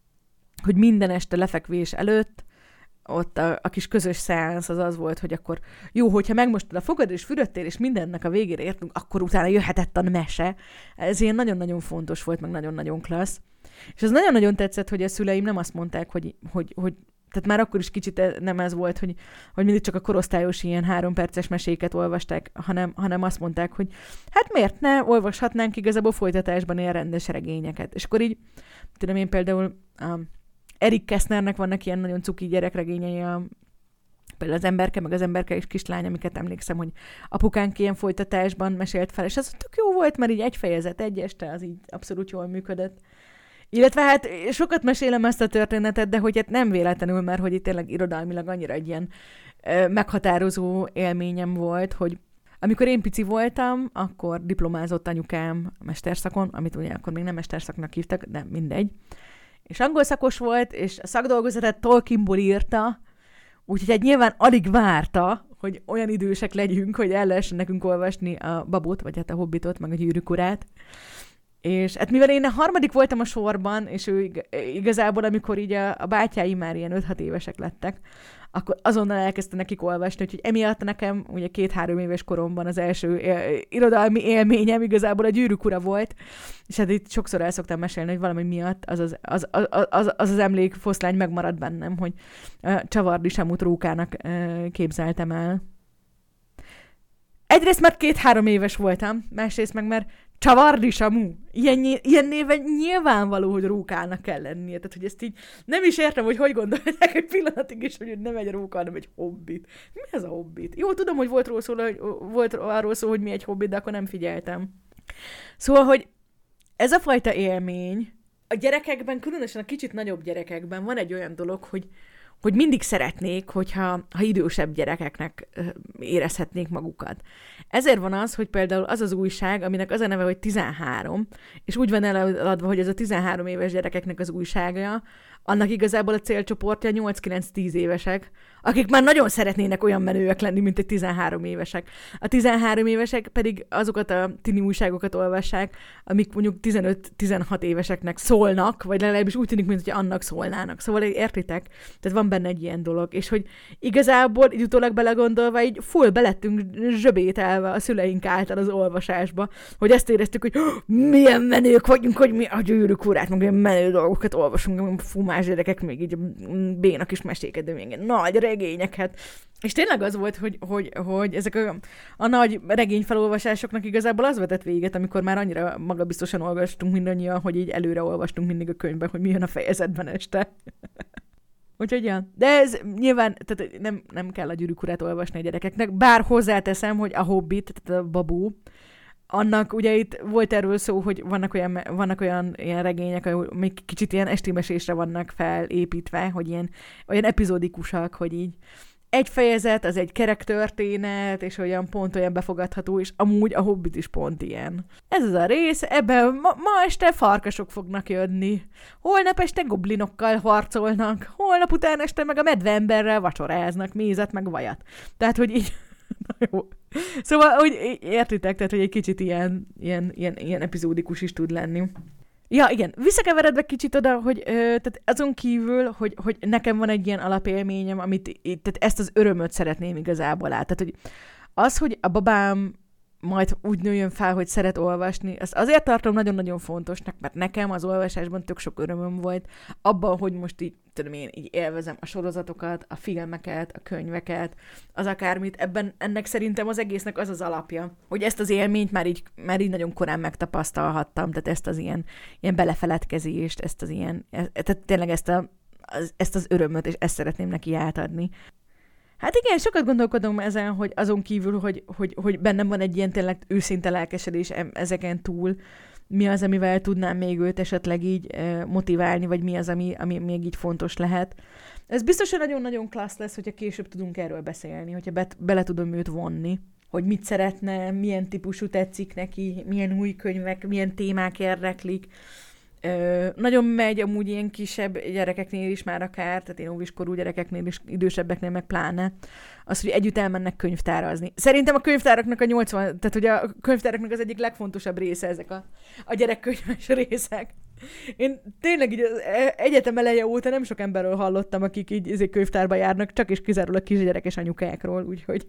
hogy minden este lefekvés előtt ott a, a kis közös szeánsz az az volt, hogy akkor jó, hogyha megmostad a fogad és fürödtél, és mindennek a végére értünk, akkor utána jöhetett a mese. Ez ilyen nagyon-nagyon fontos volt, meg nagyon-nagyon klassz. És az nagyon-nagyon tetszett, hogy a szüleim nem azt mondták, hogy, hogy, hogy tehát már akkor is kicsit nem ez volt, hogy, hogy mindig csak a korosztályos ilyen három perces meséket olvasták, hanem, hanem azt mondták, hogy hát miért ne olvashatnánk igazából folytatásban ilyen rendes regényeket. És akkor így, tudom én például um, Erik Kessnernek vannak ilyen nagyon cuki gyerekregényei, a, például az Emberke, meg az Emberke és kislány, amiket emlékszem, hogy apukánk ilyen folytatásban mesélt fel, és az tök jó volt, mert így egy fejezet, egy este, az így abszolút jól működött. Illetve hát sokat mesélem ezt a történetet, de hogy hát nem véletlenül, mert hogy itt tényleg irodalmilag annyira egy ilyen ö, meghatározó élményem volt, hogy amikor én pici voltam, akkor diplomázott anyukám mesterszakon, amit ugye akkor még nem mesterszaknak hívtak, de mindegy. És angol szakos volt, és a szakdolgozatát Tolkienból írta, úgyhogy hát nyilván alig várta, hogy olyan idősek legyünk, hogy el lehessen nekünk olvasni a Babot, vagy hát a Hobbitot, meg a Gyűrűk urát. És hát mivel én a harmadik voltam a sorban, és ő igazából, amikor így a, a bátyáim már ilyen öt-hat évesek lettek, akkor azonnal elkezdte nekik olvasni, úgyhogy emiatt nekem ugye két-három éves koromban az első él, irodalmi élményem igazából a Gyűrűk ura volt, és hát itt sokszor el szoktam mesélni, hogy valami miatt az az, az, az, az, az, az emlékfoszlány megmaradt bennem, hogy Csavardi Samut rókának képzeltem el. Egyrészt mert két-három éves voltam, másrészt meg mert Csavardi Samu. Ilyen, ilyen néven nyilvánvaló, hogy rókának kell lennie. Tehát, hogy ezt így nem is értem, hogy hogy gondolják egy pillanatig is, hogy nem egy róka, hanem egy hobbit. Mi ez a hobbit? Jó, tudom, hogy volt, szó, hogy volt arról szó, hogy mi egy hobbit, de akkor nem figyeltem. Szóval, hogy ez a fajta élmény a gyerekekben, különösen a kicsit nagyobb gyerekekben van egy olyan dolog, hogy hogy mindig szeretnék, hogyha ha idősebb gyerekeknek érezhetnék magukat. Ezért van az, hogy például az az újság, aminek az a neve, hogy tizenhárom, és úgy van eladva, hogy ez a tizenhárom éves gyerekeknek az újsága, annak igazából a célcsoportja nyolc-kilenc-tíz évesek, akik már nagyon szeretnének olyan menőek lenni, mint egy tizenhárom évesek. A tizenhárom évesek pedig azokat a tini újságokat olvassák, amik mondjuk tizenöt-tizenhat éveseknek szólnak, vagy legalábbis úgy tűnik, mint hogy annak szólnának. Szóval értitek? Tehát van benne egy ilyen dolog. És hogy igazából így utólag belegondolva, így full belettünk zsöbételve a szüleink által az olvasásba, hogy ezt éreztük, hogy milyen menők vagyunk, hogy mi a Gyűrűk urát, meg olyan menő dolgokat olvasunk, fumás gyerekek, még így bénak is meséket, de még nagy regényeket. És tényleg az volt, hogy, hogy, hogy ezek a, a nagy regényfelolvasásoknak igazából az vetett véget, amikor már annyira magabiztosan olvastunk mindannyian, hogy így előre olvastunk mindig a könyvben, hogy mi jön a fejezetben este. Úgyhogy ja. De ez nyilván, tehát nem, nem kell a Gyűrűk urát olvasni a gyerekeknek, bár hozzáteszem, hogy a Hobbit, tehát a Babó, annak ugye itt volt erről szó, hogy vannak olyan, vannak olyan ilyen regények, ahol még kicsit ilyen estimesésre vannak felépítve, hogy ilyen olyan epizódikusak, hogy így egy fejezet, az egy kerek történet, és olyan pont olyan befogadható, és amúgy a Hobbit is pont ilyen. Ez az a rész, ebben ma, ma este farkasok fognak jönni, holnap este goblinokkal harcolnak, holnap után este meg a medveemberrel vacsoráznak, mézet meg vajat. Tehát, hogy így... Na jó. Szóval, hogy értitek, tehát, hogy egy kicsit ilyen, ilyen, ilyen, ilyen epizódikus is tud lenni. Ja, igen, visszakeveredve kicsit oda, hogy ö, tehát azon kívül, hogy, hogy nekem van egy ilyen alapélményem, amit tehát ezt az örömöt szeretném igazából át. Tehát, hogy az, hogy a babám majd úgy nőjön fel, hogy szeret olvasni, azt azért tartom nagyon-nagyon fontosnak, mert nekem az olvasásban tök sok örömöm volt, abban, hogy most így, tudom én, így élvezem a sorozatokat, a filmeket, a könyveket, az akármit, ebben ennek szerintem az egésznek az az alapja, hogy ezt az élményt már így, már így nagyon korán megtapasztalhattam, tehát ezt az ilyen, ilyen belefeledkezést, ezt az ilyen, e, tehát tényleg ezt, a, az, ezt az örömöt, és ezt szeretném neki átadni. Hát igen, sokat gondolkodom ezen, hogy azon kívül, hogy, hogy, hogy bennem van egy ilyen tényleg őszinte lelkesedés ezeken túl, mi az, amivel tudnám még őt esetleg így eh, motiválni, vagy mi az, ami, ami még így fontos lehet. Ez biztos, hogy nagyon-nagyon klassz lesz, hogyha később tudunk erről beszélni, hogyha be, bele tudom őt vonni, hogy mit szeretne, milyen típusú tetszik neki, milyen új könyvek, milyen témák érdeklik. Ö, nagyon megy amúgy ilyen kisebb gyerekeknél is már akár, tehát én óviskorú gyerekeknél is, idősebbeknél meg pláne, az, hogy együtt elmennek könyvtárazni. Szerintem a könyvtáraknak a nyolcvan, tehát ugye a könyvtáraknak az egyik legfontosabb része ezek a, a gyerekkönyves részek. Én tényleg így az egyetem eleje óta nem sok emberről hallottam, akik így ezért könyvtárba járnak, csak és kizárólag kisgyerekes anyukákról, úgyhogy...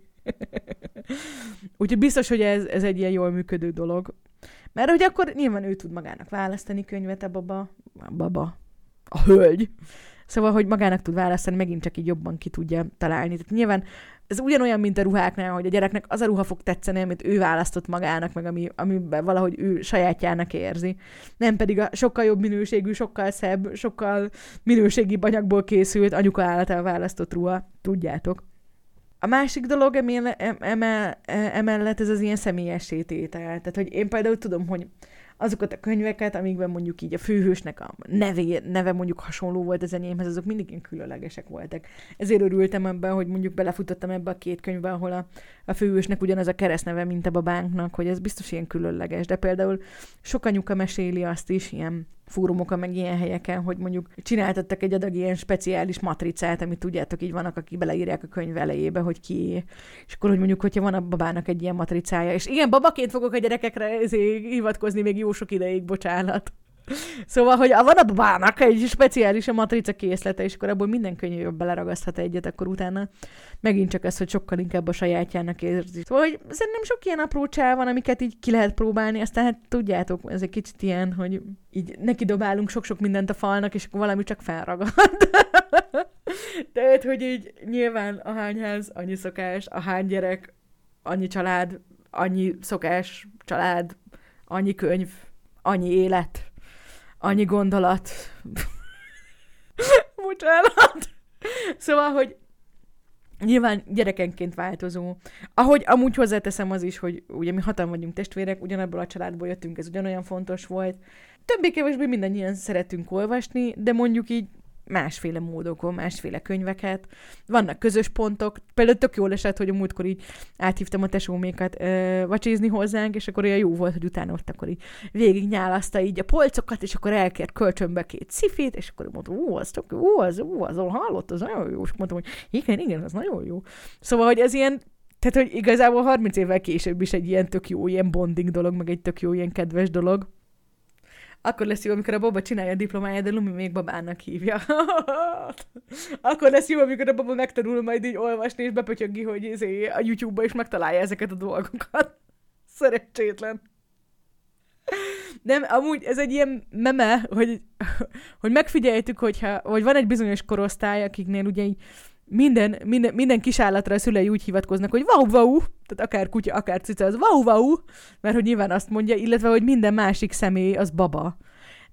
úgyhogy biztos, hogy ez, ez egy ilyen jól működő dolog. Mert hogy akkor nyilván ő tud magának választani könyvet, a baba, a baba, a hölgy. Szóval, hogy magának tud választani, megint csak így jobban ki tudja találni. Tehát nyilván ez ugyanolyan, mint a ruháknál, hogy a gyereknek az a ruha fog tetszeni, amit ő választott magának, meg ami, amiben valahogy ő sajátjának érzi. Nem pedig a sokkal jobb minőségű, sokkal szebb, sokkal minőségibb anyagból készült anyuka által választott ruha. Tudjátok. A másik dolog emel, emellett ez az ilyen személyessé tétel. Tehát, hogy én például tudom, hogy azokat a könyveket, amikben mondjuk így a főhősnek a neve, neve mondjuk hasonló volt az enyémhez, azok mindig ilyen különlegesek voltak. Ezért örültem ebben, hogy mondjuk belefutottam ebbe a két könyvbe, ahol a, a főhősnek ugyanaz a keresztneve, mint a babánknak, hogy ez biztos ilyen különleges. De például sok anyuka meséli azt is, ilyen fórumokon, meg ilyen helyeken, hogy mondjuk csináltattak egy adag ilyen speciális matricát, amit tudjátok, így vannak, akik beleírják a könyv elejébe, hogy ki, és akkor, hogy mondjuk, hogyha van a babának egy ilyen matricája, és igen, babaként fogok a gyerekekre ezért hivatkozni még jó sok ideig, bocsánat. Szóval, hogy van a babának egy speciális a matrica készlete, és akkor abból minden könyv beleragaszthat egyet, akkor utána megint csak ez, hogy sokkal inkább a sajátjának érzi. Szóval, hogy szerintem sok ilyen aprócsá van, amiket így ki lehet próbálni, aztán hát tudjátok, ez egy kicsit ilyen, hogy így neki dobálunk sok-sok mindent a falnak, és akkor valami csak felragad. Tehát, hogy így nyilván a hány ház, annyi szokás, a hány gyerek, annyi család, annyi szokás, család, annyi könyv, annyi élet, annyi gondolat. Bocsánat. Szóval, hogy nyilván gyerekenként változó. Ahogy amúgy hozzáteszem az is, hogy ugye mi hatan vagyunk testvérek, ugyanabból a családból jöttünk, ez ugyanolyan fontos volt. Többé-kevésbé mindannyian szeretünk olvasni, de mondjuk így másféle módokon, másféle könyveket. Vannak közös pontok. Például tök jól esett, hogy a múltkor így áthívtam a tesómékat ö, vacsézni hozzánk, és akkor olyan jó volt, hogy utána ott akkor így végignyálaszta így a polcokat, és akkor elkért kölcsönbe két szifit, és akkor mondtam, ó, az tök jó, az, ó, azon hallott, az nagyon jó. És mondtam, hogy igen, igen, az nagyon jó. Szóval, hogy ez ilyen, tehát, hogy igazából harminc évvel később is egy ilyen tök jó, ilyen bonding dolog, meg egy tök jó, ilyen kedves dolog. Akkor lesz jó, amikor a baba csinálja a diplomáját, de Lumi még babának hívja. Akkor lesz jó, amikor a baba megtanul majd így olvasni, és bepötyöggi, hogy a YouTube-ba is megtalálja ezeket a dolgokat. Szerencsétlen. Nem, amúgy ez egy ilyen meme, hogy, hogy megfigyeltük, hogyha, hogy van egy bizonyos korosztály, akiknél ugye így minden, minden, minden kisállatra a szülei úgy hivatkoznak, hogy vau-vau, tehát akár kutya, akár cica, az vau-vau, mert hogy nyilván azt mondja, illetve, hogy minden másik személy az baba.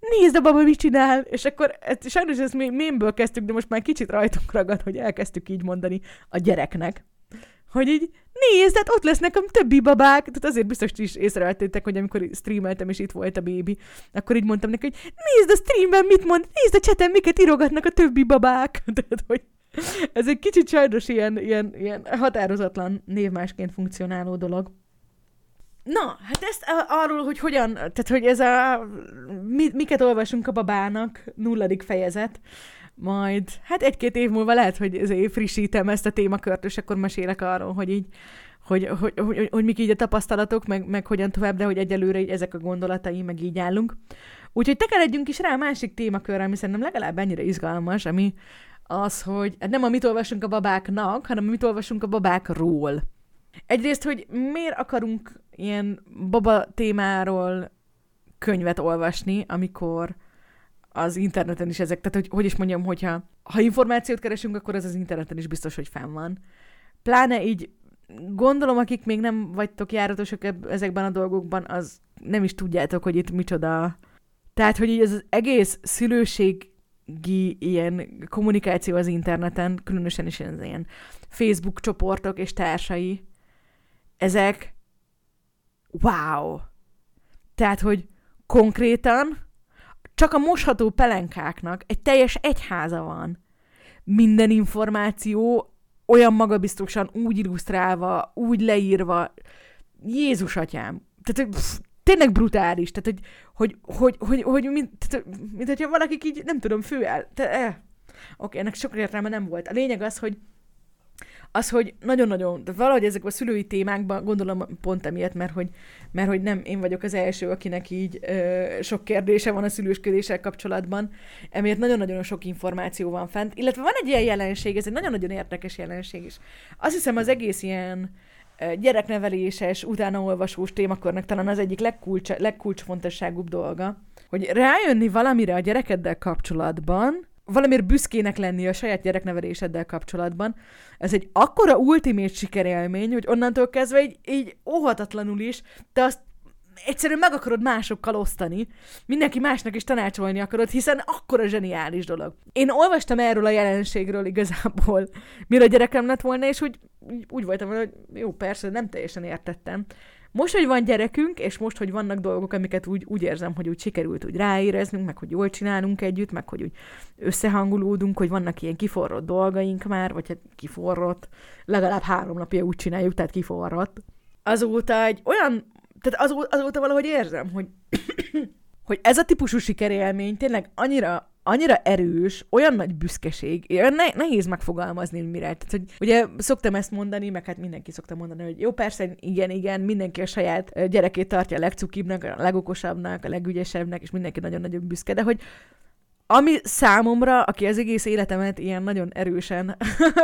nézd a baba, mit csinál, és akkor ezt, sajnos ezt mi mémből kezdtük, de most már kicsit rajtunk ragad, hogy elkezdtük így mondani a gyereknek, hogy így nézd, hát ott lesznek a többi babák, tehát azért biztos is észrevettétek, hogy amikor streameltem, és itt volt a bébi, akkor így mondtam neki, hogy nézd a streamben mit mond, nézd a chaten, miket írogatnak a többi babák, tehát hogy ez egy kicsit sajnos ilyen, ilyen, ilyen határozatlan névmásként funkcionáló dolog. Na, hát ezt arról, hogy hogyan, tehát hogy ez a, mi, miket olvasunk a babának, nulladik fejezet, majd, hát egy-két év múlva lehet, hogy ezért frissítem ezt a témakört, és akkor mesélek arról, hogy így, hogy, hogy, hogy, hogy, hogy mik így a tapasztalatok, meg, meg hogyan tovább, de hogy egyelőre így ezek a gondolatai, meg így állunk. Úgyhogy tekeredjünk is rá a másik témakörre, ami szerintem legalább ennyire izgalmas, ami az, hogy hát nem amit olvasunk a babáknak, hanem amit olvasunk a babákról. Egyrészt, hogy miért akarunk ilyen baba témáról könyvet olvasni, amikor az interneten is ezek, tehát hogy, hogy is mondjam, hogyha ha információt keresünk, akkor az az interneten is biztos, hogy fenn van. Pláne így gondolom, akik még nem vagytok járatosak ezekben a dolgokban, az nem is tudjátok, hogy itt micsoda. Tehát, hogy így az egész szülőségi ilyen kommunikáció az interneten, különösen is az ilyen Facebook csoportok és társai, ezek wow! Tehát, hogy konkrétan csak a mosható pelenkáknak egy teljes egyháza van. Minden információ olyan magabiztosan, úgy illusztrálva, úgy leírva. Jézus atyám! Tehát, pff, tényleg brutális. Tehát, hogy, hogy, hogy, hogy, hogy mint, tehát, mint hogyha valakik így, nem tudom, főáll. Eh. Oké, ennek sok értelme nem volt. A lényeg az, hogy az, hogy nagyon-nagyon, de valahogy ezek a szülői témákban, gondolom pont emiatt, mert hogy, mert hogy nem én vagyok az első, akinek így ö, sok kérdése van a szülősködéssel kapcsolatban, emiatt nagyon-nagyon sok információ van fent, illetve van egy ilyen jelenség, ez egy nagyon-nagyon érdekes jelenség is. Azt hiszem az egész ilyen ö, gyerekneveléses, utánaolvasós témakörnek talán az egyik legkulcs, legkulcsfontosságúbb dolga, hogy rájönni valamire a gyerekeddel kapcsolatban, valamiért büszkének lenni a saját gyerekneveléseddel kapcsolatban, ez egy akkora ultimate sikerélmény, hogy onnantól kezdve így, így óhatatlanul is, te azt egyszerűen meg akarod másokkal osztani, mindenki másnak is tanácsolni akarod, hiszen akkora zseniális dolog. Én olvastam erről a jelenségről igazából, mire a gyerekem lett volna, és úgy, úgy voltam vele, hogy jó, persze, nem teljesen értettem. Most, hogy van gyerekünk, és most, hogy vannak dolgok, amiket úgy, úgy érzem, hogy úgy sikerült úgy ráéreznünk, meg hogy jól csinálunk együtt, meg hogy úgy összehangolódunk, hogy vannak ilyen kiforrott dolgaink már, vagy hát kiforrott, legalább három napja úgy csináljuk, tehát kiforrott. Azóta egy olyan, tehát azóta, azóta valahogy érzem, hogy, hogy ez a típusú sikerélmény tényleg annyira annyira erős, olyan nagy büszkeség, ne, nehéz megfogalmazni, hogy mire. Tehát, hogy ugye szoktam ezt mondani, meg hát mindenki szokta mondani, hogy jó, persze, igen, igen, mindenki a saját gyerekét tartja a legcukibbnak, a legokosabbnak, a legügyesebbnek, és mindenki nagyon-nagyon büszke, de hogy ami számomra, aki az egész életemet ilyen nagyon erősen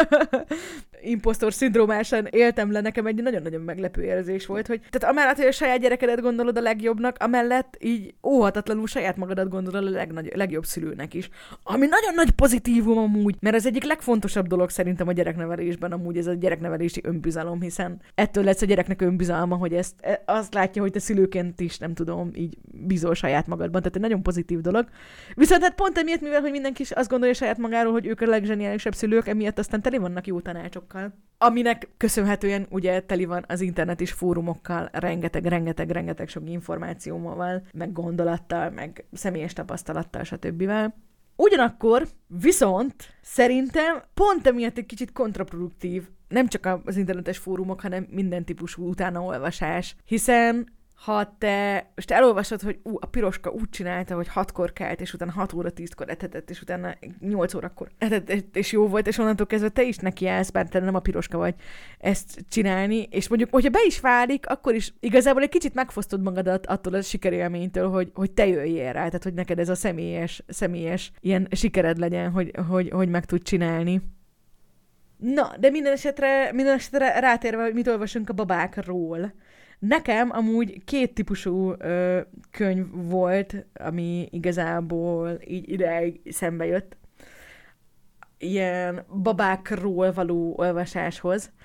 imposztor szindrómásan éltem le, nekem egy nagyon-nagyon meglepő érzés volt, hogy tehát amellett, hogy a saját gyerekedet gondolod a legjobbnak, amellett így óhatatlanul saját magadat gondolod a legnagy- legjobb szülőnek is. Ami nagyon nagy pozitívum amúgy, mert az egyik legfontosabb dolog szerintem a gyereknevelésben amúgy ez a gyereknevelési önbizalom, hiszen ettől lesz a gyereknek önbizalma, hogy ezt azt látja, hogy te szülőként is, nem tudom, így bízol saját magadban, tehát egy nagyon pozitív dolog. Viszont hát pont emiatt, mivel hogy mindenki is azt gondolja saját magáról, hogy ők a legzseniálisabb szülők, emiatt aztán teli vannak jó tanácsokkal. Aminek köszönhetően ugye teli van az internet is fórumokkal, rengeteg, rengeteg, rengeteg sok információval, meg gondolattal, meg személyes tapasztalattal, stb. Ugyanakkor viszont szerintem pont emiatt egy kicsit kontraproduktív, nem csak az internetes fórumok, hanem minden típusú utánaolvasás, hiszen ha te most elolvasod, hogy ú, a piroska úgy csinálta, hogy hatkor kelt, és utána hat óra tízkor etetett, és utána nyolc órakor etetett, és jó volt, és onnantól kezdve te is nekiállsz, bár te nem a piroska vagy ezt csinálni, és mondjuk, hogyha be is válik, akkor is igazából egy kicsit megfosztod magadat attól a sikerélménytől, hogy, hogy te jöjjél rá, tehát hogy neked ez a személyes, személyes ilyen sikered legyen, hogy, hogy, hogy meg tud csinálni. Na, de minden esetre, minden esetre rátérve, hogy mit olvasunk a babákról. Nekem amúgy két típusú ö, könyv volt, ami igazából így ideig szembe jött. Ilyen babákról való olvasáshoz.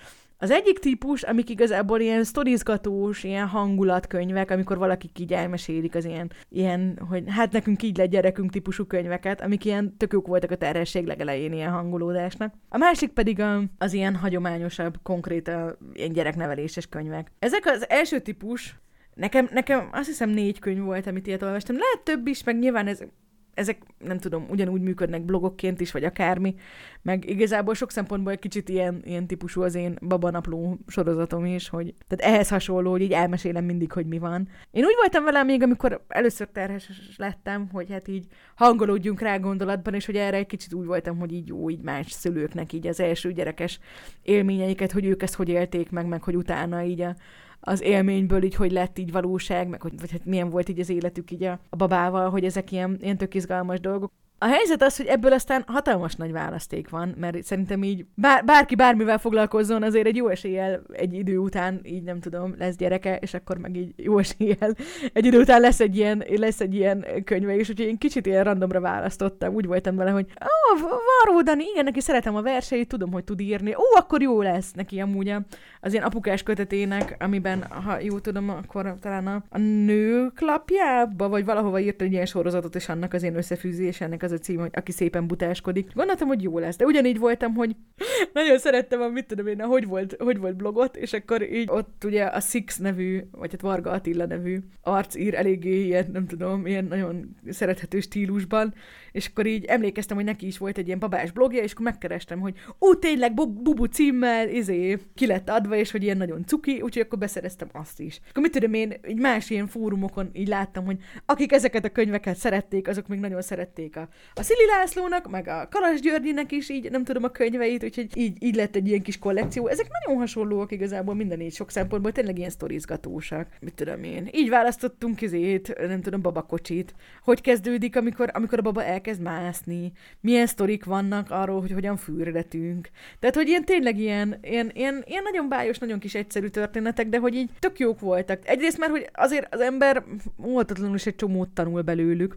Az egyik típus, amik igazából ilyen sztorizgatós, ilyen hangulatkönyvek, amikor valakik így elmesélik az ilyen, ilyen, hogy hát nekünk így lett gyerekünk típusú könyveket, amik ilyen tök jók voltak a terhesség legelején ilyen hangulódásnak. A másik pedig a, az ilyen hagyományosabb, konkrét a, ilyen gyerekneveléses könyvek. Ezek az első típus, nekem, nekem azt hiszem négy könyv volt, amit ilyet olvastam. Lehet több is, meg nyilván ez ezek, nem tudom, ugyanúgy működnek blogokként is, vagy akármi, meg igazából sok szempontból egy kicsit ilyen, ilyen típusú az én babanapló sorozatom is, hogy tehát ehhez hasonló, hogy így elmesélem mindig, hogy mi van. Én úgy voltam vele még, amikor először terhes lettem, hogy hát így hangolódjunk rá gondolatban, és hogy erre egy kicsit úgy voltam, hogy így jó, így más szülőknek így az első gyerekes élményeiket, hogy ők ezt hogy élték meg, meg hogy utána így a az élményből így, hogy lett így valóság, meg hogy vagy hát milyen volt így az életük így a, a babával, hogy ezek ilyen, ilyen tök izgalmas dolgok. A helyzet az, hogy ebből aztán hatalmas nagy választék van, mert szerintem így bár, bárki bármivel foglalkozzon, azért egy jó eséllyel egy idő után, így nem tudom, lesz gyereke, és akkor meg így jó eséllyel egy idő után lesz egy ilyen, lesz egy ilyen könyve, és úgyhogy én kicsit ilyen randomra választottam, úgy voltam vele, hogy ó, Varró Dani, igen, neki szeretem a verseit, tudom, hogy tud írni, ó, akkor jó lesz neki amúgy az ilyen apukás kötetének, amiben, ha jó tudom, akkor talán a, a nők lapjába, vagy valahova írt egy ilyen sorozatot, és annak az én összefűzés, ennek az a cím, hogy aki szépen butáskodik. Gondoltam, hogy jó lesz, de ugyanígy voltam, hogy nagyon szerettem a, mit tudom én, a hogy volt, hogy volt blogot, és akkor így ott ugye a Six nevű, vagy hát Varga Attila nevű arc ír eléggé ilyen, nem tudom, ilyen nagyon szerethető stílusban, és akkor így emlékeztem, hogy neki is volt egy ilyen babás blogja, és akkor megkerestem, hogy ó, tényleg Bubu címmel, izé, ki lett adva, és hogy ilyen nagyon cuki, úgyhogy akkor beszereztem azt is. Akkor mit tudom én, így más ilyen fórumokon így láttam, hogy akik ezeket a könyveket szerették, azok még nagyon szerették a, a Szili Lászlónak, meg a Kalas Györgyinek is így, nem tudom, a könyveit, úgyhogy így, így lett egy ilyen kis kollekció. Ezek nagyon hasonlóak igazából minden így sok szempontból, tényleg ilyen sztorizgatósak. Mit tudom én. Így választottunk izét, nem tudom, babakocsit. Hogy kezdődik, amikor, amikor a baba elkezd mászni? Milyen sztorik vannak arról, hogy hogyan fürdetünk? Tehát, hogy ilyen tényleg ilyen, ilyen, ilyen, ilyen nagyon bájos, nagyon kis egyszerű történetek, de hogy így tök jók voltak. Egyrészt már, hogy azért az ember óhatatlanul is egy csomót tanul belőlük.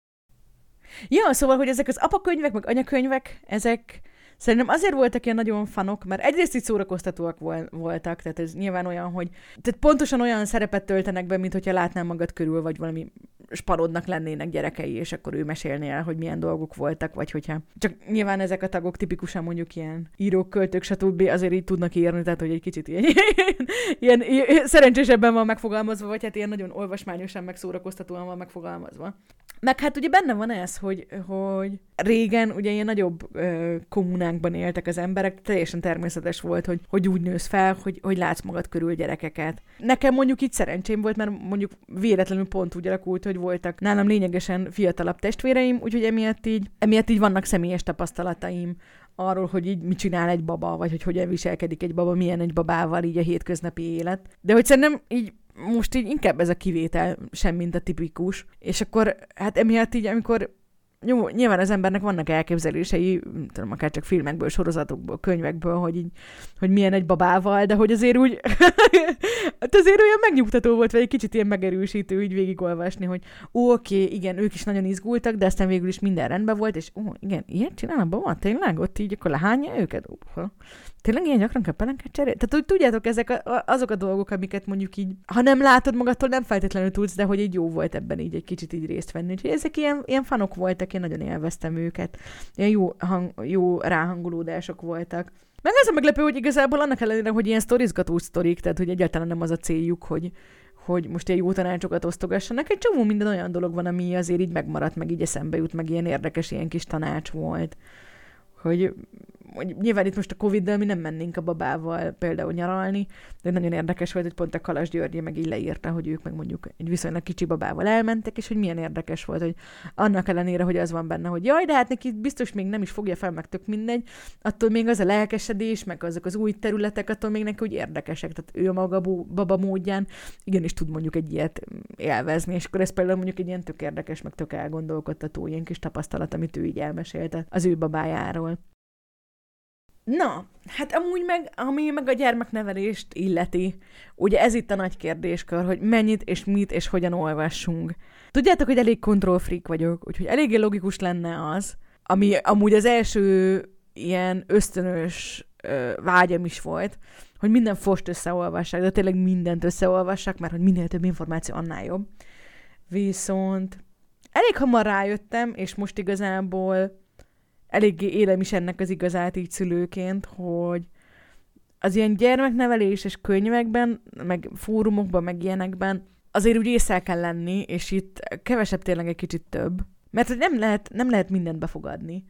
Ja, szóval, hogy ezek az apakönyvek, meg anyakönyvek, ezek szerintem azért voltak ilyen nagyon fanok, mert egyrészt így szórakoztatóak voltak, tehát ez nyilván olyan, hogy tehát pontosan olyan szerepet töltenek be, mint hogyha látnám magad körül, vagy valami sparodnak lennének gyerekei, és akkor ő mesélné el, hogy milyen dolgok voltak, vagy hogyha csak nyilván ezek a tagok tipikusan mondjuk ilyen írók, költők, stb. Azért így tudnak írni, tehát hogy egy kicsit ilyen, ilyen, ilyen szerencsésebben van megfogalmazva, vagy hát ilyen nagyon olvasmányosan, meg szórakoztatóan van megfogalmazva. Meg hát ugye benne van ez, hogy, hogy régen ugye ilyen nagyobb ö, kommunákban éltek az emberek, teljesen természetes volt, hogy, hogy úgy nősz fel, hogy, hogy látsz magad körül gyerekeket. Nekem mondjuk itt szerencsém volt, mert mondjuk véletlenül pont úgy alakult, hogy voltak nálam lényegesen fiatalabb testvéreim, úgyhogy emiatt így, emiatt így vannak személyes tapasztalataim arról, hogy így mit csinál egy baba, vagy hogy hogyan viselkedik egy baba, milyen egy babával így a hétköznapi élet. De hogy szerintem így most így inkább ez a kivétel sem, mint a tipikus. És akkor hát emiatt így, amikor jó, nyilván az embernek vannak elképzelései, tudom, akár csak filmekből, sorozatokból, könyvekből, hogy így, hogy milyen egy babával, de hogy azért úgy, hát azért olyan megnyugtató volt, vagy egy kicsit ilyen megerősítő így végigolvasni, hogy ó, oké, igen, ők is nagyon izgultak, de aztán végül is minden rendben volt, és ó, igen, ilyet csinál a baba, tényleg? Ott így akkor lehányja őket? Ó, tényleg ilyen gyakran kell pelenket cserélni? Tehát, hogy tudjátok, ezek a, azok a dolgok, amiket mondjuk így, ha nem látod magadtól, nem feltétlenül tudsz, de hogy így jó volt ebben így egy kicsit így részt venni. Úgyhogy ezek ilyen, ilyen fanok voltak, én nagyon élveztem őket. Ilyen jó, hang, jó ráhangolódások voltak. Meg az a meglepő, hogy igazából annak ellenére, hogy ilyen sztorizgató sztorik, tehát hogy egyáltalán nem az a céljuk, hogy, hogy most ilyen jó tanácsokat osztogassanak. Egy csomó minden olyan dolog van, ami azért így megmaradt, meg így eszembe jut, meg ilyen érdekes, ilyen kis tanács volt. Hogy, hogy nyilván itt most a Covid-del mi nem mennénk a babával például nyaralni, de nagyon érdekes volt, hogy pont a Kalas György meg így leírta, hogy ők meg mondjuk egy viszonylag kicsi babával elmentek, és hogy milyen érdekes volt, hogy annak ellenére, hogy az van benne, hogy jaj, de hát neki biztos még nem is fogja fel, meg tök mindegy, attól még az a lelkesedés, meg azok az új területek, attól még neki úgy érdekesek, tehát ő a maga baba módján igenis tud mondjuk egy ilyet élvezni, és akkor ez például mondjuk egy ilyen tök érdekes, meg tök elgondolkodtató ilyen kis tapasztalat, amit ő így elmesélte az ő babájáról. Na, hát amúgy meg, ami meg a gyermeknevelést illeti, ugye ez itt a nagy kérdéskör, hogy mennyit és mit és hogyan olvassunk. Tudjátok, hogy elég control freak vagyok, úgyhogy eléggé logikus lenne az, ami amúgy az első ilyen ösztönös ö, vágyam is volt, hogy minden fost összeolvassák, de tényleg mindent összeolvassak, mert hogy minél több információ, annál jobb. Viszont elég hamar rájöttem, és most igazából eléggé élem is ennek az igazát így szülőként, hogy az ilyen gyermekneveléses könyvekben, meg fórumokban, meg ilyenekben azért úgy észre kell lenni, és itt kevesebb tényleg egy kicsit több. Mert hogy nem lehet, nem lehet mindent befogadni.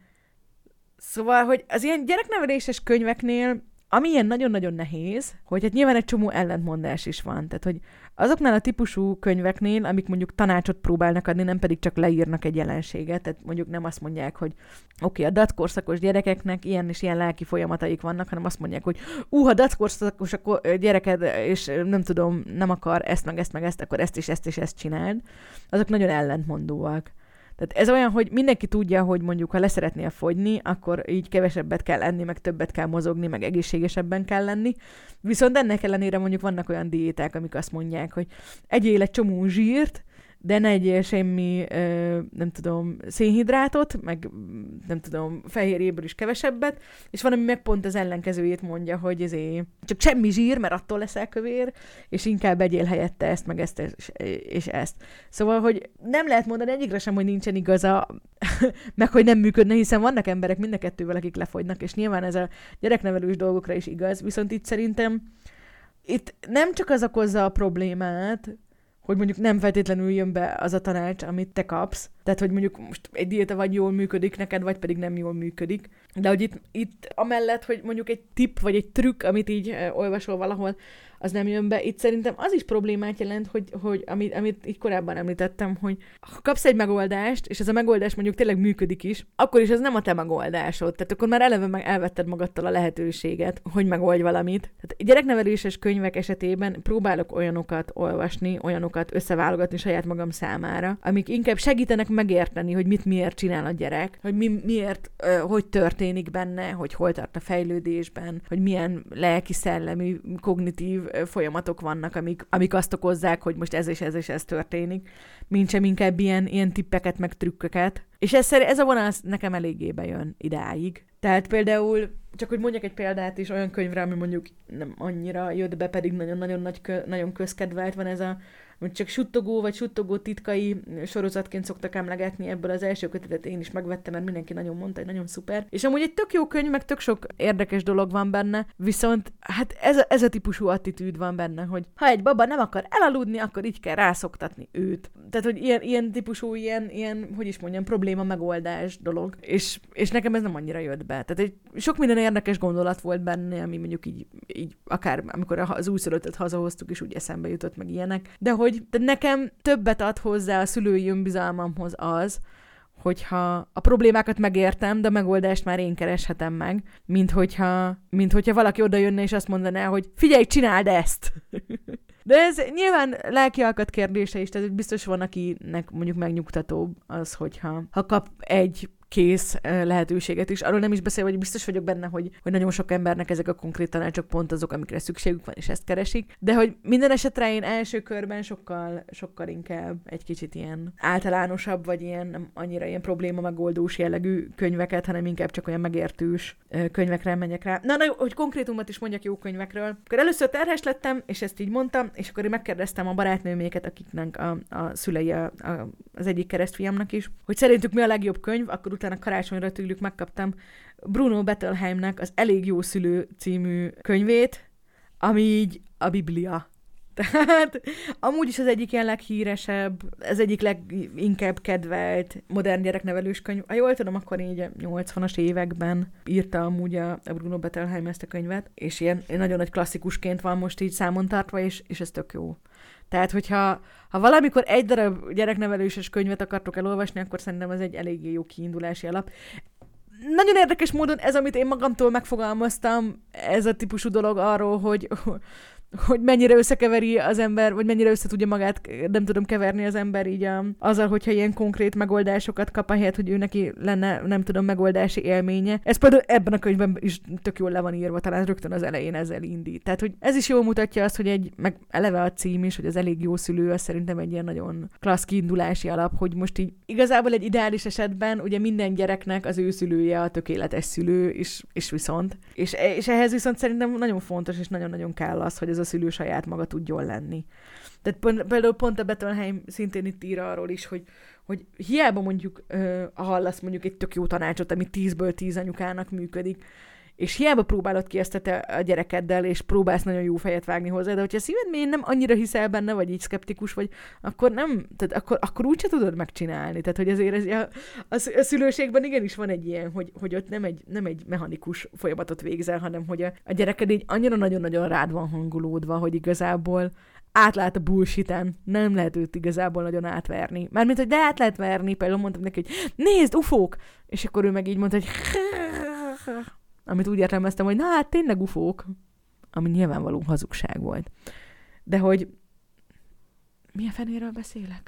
Szóval, hogy az ilyen gyerekneveléses könyveknél, ami ilyen nagyon-nagyon nehéz, hogy hát nyilván egy csomó ellentmondás is van. Tehát, hogy azoknál a típusú könyveknél, amik mondjuk tanácsot próbálnak adni, nem pedig csak leírnak egy jelenséget, tehát mondjuk nem azt mondják, hogy oké, okay, a dackorszakos gyerekeknek ilyen és ilyen lelki folyamataik vannak, hanem azt mondják, hogy ú, ha dackorszakos a gyereked, és nem tudom, nem akar ezt, meg ezt, meg ezt, akkor ezt és ezt és ezt csináld, azok nagyon ellentmondóak. Tehát ez olyan, hogy mindenki tudja, hogy mondjuk, ha leszeretnél fogyni, akkor így kevesebbet kell enni, meg többet kell mozogni, meg egészségesebben kell lenni. Viszont ennek ellenére mondjuk vannak olyan diéták, amik azt mondják, hogy egyél egy csomó zsírt, de ne egyél semmi, ö, nem tudom, szénhidrátot, meg nem tudom, fehérjéből is kevesebbet, és van, ami meg pont az ellenkezőjét mondja, hogy ezért csak semmi zsír, mert attól leszel kövér, és inkább egyél helyette ezt, meg ezt, és, és ezt. Szóval, hogy nem lehet mondani egyikre sem, hogy nincsen igaza, meg hogy nem működne, hiszen vannak emberek mind a kettővel, akik lefogynak, és nyilván ez a gyereknevelős dolgokra is igaz, viszont itt szerintem itt nem csak az okozza a problémát, hogy mondjuk nem feltétlenül jön be az a tanács, amit te kapsz. Tehát, hogy mondjuk most egy diéta vagy jól működik neked, vagy pedig nem jól működik. De hogy itt, itt amellett, hogy mondjuk egy tipp, vagy egy trükk, amit így uh, olvasol valahol, az nem jön be. Itt szerintem az is problémát jelent, hogy, hogy amit, amit így korábban említettem, hogy ha kapsz egy megoldást, és ez a megoldás mondjuk tényleg működik is, akkor is ez nem a te megoldásod. Tehát akkor már eleve meg elvetted magadtól a lehetőséget, hogy megoldj valamit. Tehát gyerekneveléses könyvek esetében próbálok olyanokat olvasni, olyanokat összeválogatni saját magam számára, amik inkább segítenek megérteni, hogy mit miért csinál a gyerek, hogy mi, miért, uh, hogy történik benne, hogy hol tart a fejlődésben, hogy milyen lelki, szellemi, kognitív folyamatok vannak, amik, amik azt okozzák, hogy most ez és ez és ez történik, mint sem inkább ilyen, ilyen tippeket, meg trükköket. És ez, ez a vonal nekem eléggé bejön idáig. Tehát például, csak hogy mondjak egy példát is olyan könyvre, ami mondjuk nem annyira jött be, pedig nagyon-nagyon nagy, nagyon közkedvelt van ez a hogy csak suttogó vagy suttogó titkai sorozatként szoktak emlegetni, ebből az első kötetet én is megvettem, mert mindenki nagyon mondta, hogy nagyon szuper. És amúgy egy tök jó könyv, meg tök sok érdekes dolog van benne, viszont hát ez a, ez a típusú attitűd van benne, hogy ha egy baba nem akar elaludni, akkor így kell rászoktatni őt. Tehát, hogy ilyen, ilyen típusú, ilyen, ilyen, hogy is mondjam, probléma megoldás dolog. És, és nekem ez nem annyira jött be. Tehát egy sok minden érdekes gondolat volt benne, ami mondjuk így, így akár amikor az újszülöttet hazahoztuk, és úgy eszembe jutott meg ilyenek. De hogy de nekem többet ad hozzá a szülői önbizalmamhoz az, hogyha a problémákat megértem, de a megoldást már én kereshetem meg, mint hogyha, mint hogyha valaki oda jönne és azt mondaná, hogy figyelj, csináld ezt! De ez nyilván lelkialkat kérdése is, tehát biztos van, akinek mondjuk megnyugtatóbb az, hogyha ha kap egy kész lehetőséget is. Arról nem is beszél, hogy biztos vagyok benne, hogy, hogy nagyon sok embernek ezek a konkrét tanácsok pont azok, amikre szükségük van, és ezt keresik. De hogy minden esetre én első körben sokkal, sokkal inkább egy kicsit ilyen általánosabb, vagy ilyen nem annyira ilyen probléma megoldós jellegű könyveket, hanem inkább csak olyan megértős könyvekre menjek rá. Na, na jó, hogy konkrétumot is mondjak jó könyvekről. Akkor először terhes lettem, és ezt így mondtam, és akkor én megkérdeztem a barátnőméket, akiknek a, a szülei a, a, az egyik keresztfiamnak is, hogy szerintük mi a legjobb könyv, akkor utána karácsonyra tőlük megkaptam Bruno Bettelheimnek az Elég jó szülő című könyvét, ami így a Biblia. Tehát amúgy is az egyik ilyen leghíresebb, az egyik leginkább kedvelt modern gyereknevelős könyv. Ha jól tudom, akkor így a nyolcvanas években írta amúgy a Bruno Bettelheim ezt a könyvet, és ilyen nagyon nagy klasszikusként van most így számon tartva, és, és ez tök jó. Tehát, hogyha ha valamikor egy darab gyereknevelőses könyvet akartok elolvasni, akkor szerintem ez egy eléggé jó kiindulási alap. Nagyon érdekes módon ez, amit én magamtól megfogalmaztam, ez a típusú dolog arról, hogy, hogy mennyire összekeveri az ember, vagy mennyire össze tudja magát, nem tudom, keverni az ember így a, azzal, hogyha ilyen konkrét megoldásokat kap, ahelyett, hogy ő neki lenne, nem tudom, megoldási élménye. Ez például ebben a könyvben is tök jól le van írva, talán rögtön az elején ezzel indít. Tehát, hogy ez is jól mutatja azt, hogy egy, meg eleve a cím is, hogy az elég jó szülő, az szerintem egy ilyen nagyon klassz kiindulási alap, hogy most így igazából egy ideális esetben ugye minden gyereknek az ő szülője a tökéletes szülő, és, és viszont. És, és ehhez viszont szerintem nagyon fontos, és nagyon-nagyon kell az, hogy ez a szülő saját maga tudjon lenni. Tehát például pont a Bettelheim szintén itt ír arról is, hogy, hogy hiába mondjuk uh, hallasz mondjuk egy tök jó tanácsot, ami tízből tíz anyukának működik, és hiába próbálod ki ezt a gyerekeddel, és próbálsz nagyon jó fejet vágni hozzá, de hogyha szíved mélyén nem annyira hiszel benne, vagy így szkeptikus vagy, akkor nem, tehát akkor, akkor úgyse tudod megcsinálni. Tehát, hogy azért ez, a, a szülőségben igenis van egy ilyen, hogy, hogy ott nem egy, nem egy mechanikus folyamatot végzel, hanem hogy a, a gyereked így annyira nagyon-nagyon rád van hangolódva, hogy igazából átlát a bullshiten, nem lehet őt igazából nagyon átverni. Mármint, hogy de át lehet verni, például mondtam neki, hogy nézd, ufók! És akkor ő meg így mondta, hogy amit úgy értelmeztem, hogy na hát tényleg ufók, ami nyilvánvaló hazugság volt. De hogy milyen fenéről beszélek?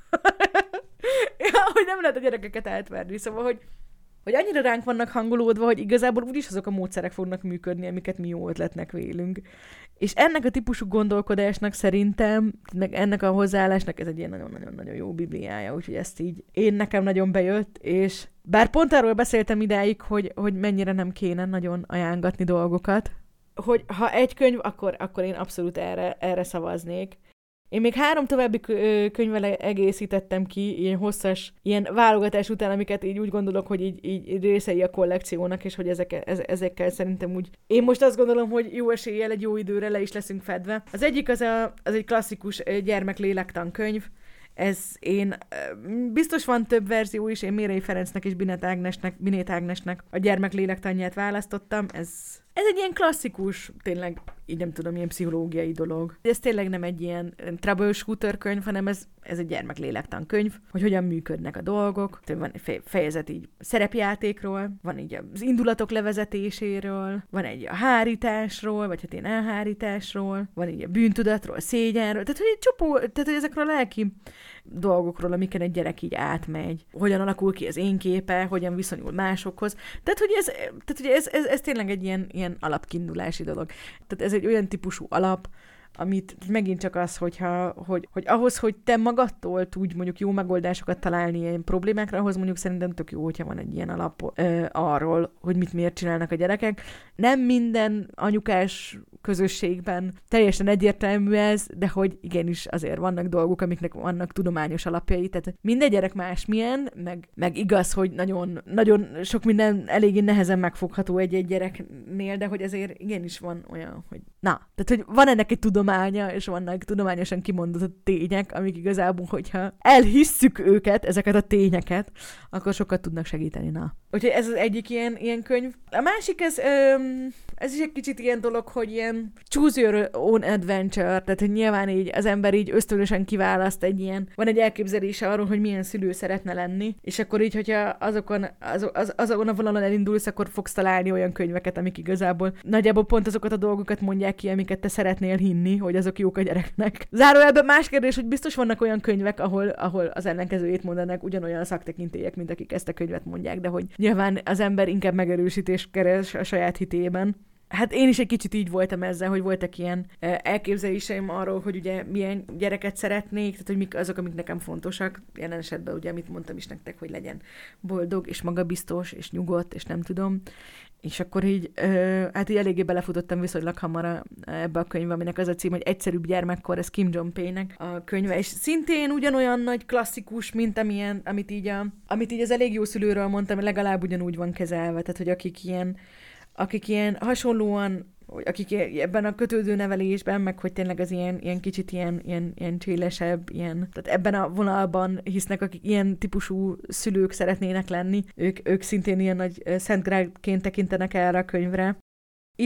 Ja, hogy nem lehet a gyerekeket átverni, szóval, hogy, hogy annyira ránk vannak hangolódva, hogy igazából úgyis azok a módszerek fognak működni, amiket mi jó ötletnek vélünk. És ennek a típusú gondolkodásnak szerintem, meg ennek a hozzáállásnak ez egy ilyen nagyon-nagyon-nagyon jó bibliája, úgyhogy ezt így én nekem nagyon bejött, és bár pont arról beszéltem idáig, hogy, hogy mennyire nem kéne nagyon ajángatni dolgokat, hogy ha egy könyv, akkor, akkor én abszolút erre, erre szavaznék. Én még három további könyvvel egészítettem ki, ilyen hosszas, ilyen válogatás után, amiket így úgy gondolok, hogy így, így részei a kollekciónak, és hogy ezek, ezekkel szerintem úgy... Én most azt gondolom, hogy jó eséllyel egy jó időre le is leszünk fedve. Az egyik az, a, az egy klasszikus gyermeklélektan könyv. Ez én... Biztos van több verzió is, én Mérei Ferencnek és Binét Ágnesnek, Binét Ágnesnek a gyermeklélektanját választottam. Ez... Ez egy ilyen klasszikus, tényleg, így nem tudom, ilyen pszichológiai dolog. Ez tényleg nem egy ilyen troubleshooter könyv, hanem ez, ez egy gyermeklélektan könyv, hogy hogyan működnek a dolgok. Van egy fejezet így szerepjátékról, van így az indulatok levezetéséről, van egy a hárításról, vagy hát én elhárításról, van így a bűntudatról, szégyenről, tehát hogy egy csopó, tehát hogy ezekről a lelki dolgokról, amiken egy gyerek így átmegy, hogyan alakul ki az én képe, hogyan viszonyul másokhoz. Tehát, hogy ez, tehát, hogy ez, ez, ez tényleg egy ilyen, ilyen alapkiindulási dolog. Tehát ez egy olyan típusú alap, amit megint csak az, hogyha, hogy, hogy ahhoz, hogy te magadtól tudj mondjuk jó megoldásokat találni ilyen problémákra, ahhoz mondjuk szerintem tök jó, hogyha van egy ilyen alap ö, arról, hogy mit miért csinálnak a gyerekek. Nem minden anyukás közösségben teljesen egyértelmű ez, de hogy igenis azért vannak dolgok, amiknek vannak tudományos alapjai, tehát minden gyerek másmilyen, meg, meg igaz, hogy nagyon, nagyon sok minden eléggé nehezen megfogható egy-egy gyereknél, de hogy azért igenis van olyan, hogy na, tehát hogy van ennek egy tudománya, és vannak tudományosan kimondott tények, amik igazából, hogyha elhisszük őket, ezeket a tényeket, akkor sokat tudnak segíteni, na. Úgyhogy ez az egyik ilyen, ilyen könyv. A másik, ez, öm, ez is egy kicsit ilyen dolog, hogy ilyen choose your own adventure, tehát hogy nyilván így az ember így ösztönösen kiválaszt egy ilyen, van egy elképzelése arról, hogy milyen szülő szeretne lenni, és akkor így, hogyha azokon, az, az, azokon a vonalon elindulsz, akkor fogsz találni olyan könyveket, amik igazából nagyjából pont azokat a dolgokat mondják ki, amiket te szeretnél hinni, hogy azok jók a gyereknek. Zárójelben más kérdés, hogy biztos vannak olyan könyvek, ahol, ahol az ellenkezőjét mondanak ugyanolyan szaktekintélyek, mint akik ezt a könyvet mondják, de hogy nyilván az ember inkább megerősítést keres a saját hitében. Hát én is egy kicsit így voltam ezzel, hogy voltak ilyen elképzeléseim arról, hogy ugye milyen gyereket szeretnék, tehát hogy mik azok, amik nekem fontosak. Jelen esetben ugye, amit mondtam is nektek, hogy legyen boldog, és magabiztos, és nyugodt, és nem tudom. És akkor így, hát így eléggé belefutottam viszonylag hamar ebbe a könyvbe, aminek az a cím, hogy Egyszerűbb gyermekkor, ez Kim Jong-Pei-nek a könyve, és szintén ugyanolyan nagy klasszikus, mint amilyen, amit így, a, amit így az Elég jó szülőről mondtam, legalább ugyanúgy van kezelve, tehát hogy akik ilyen akik ilyen hasonlóan, akik ebben a kötődő nevelésben, meg hogy tényleg az ilyen, ilyen kicsit ilyen, ilyen, ilyen csélesebb, ilyen, tehát ebben a vonalban hisznek, akik ilyen típusú szülők szeretnének lenni, ők, ők szintén ilyen nagy szentgrálként tekintenek erre a könyvre.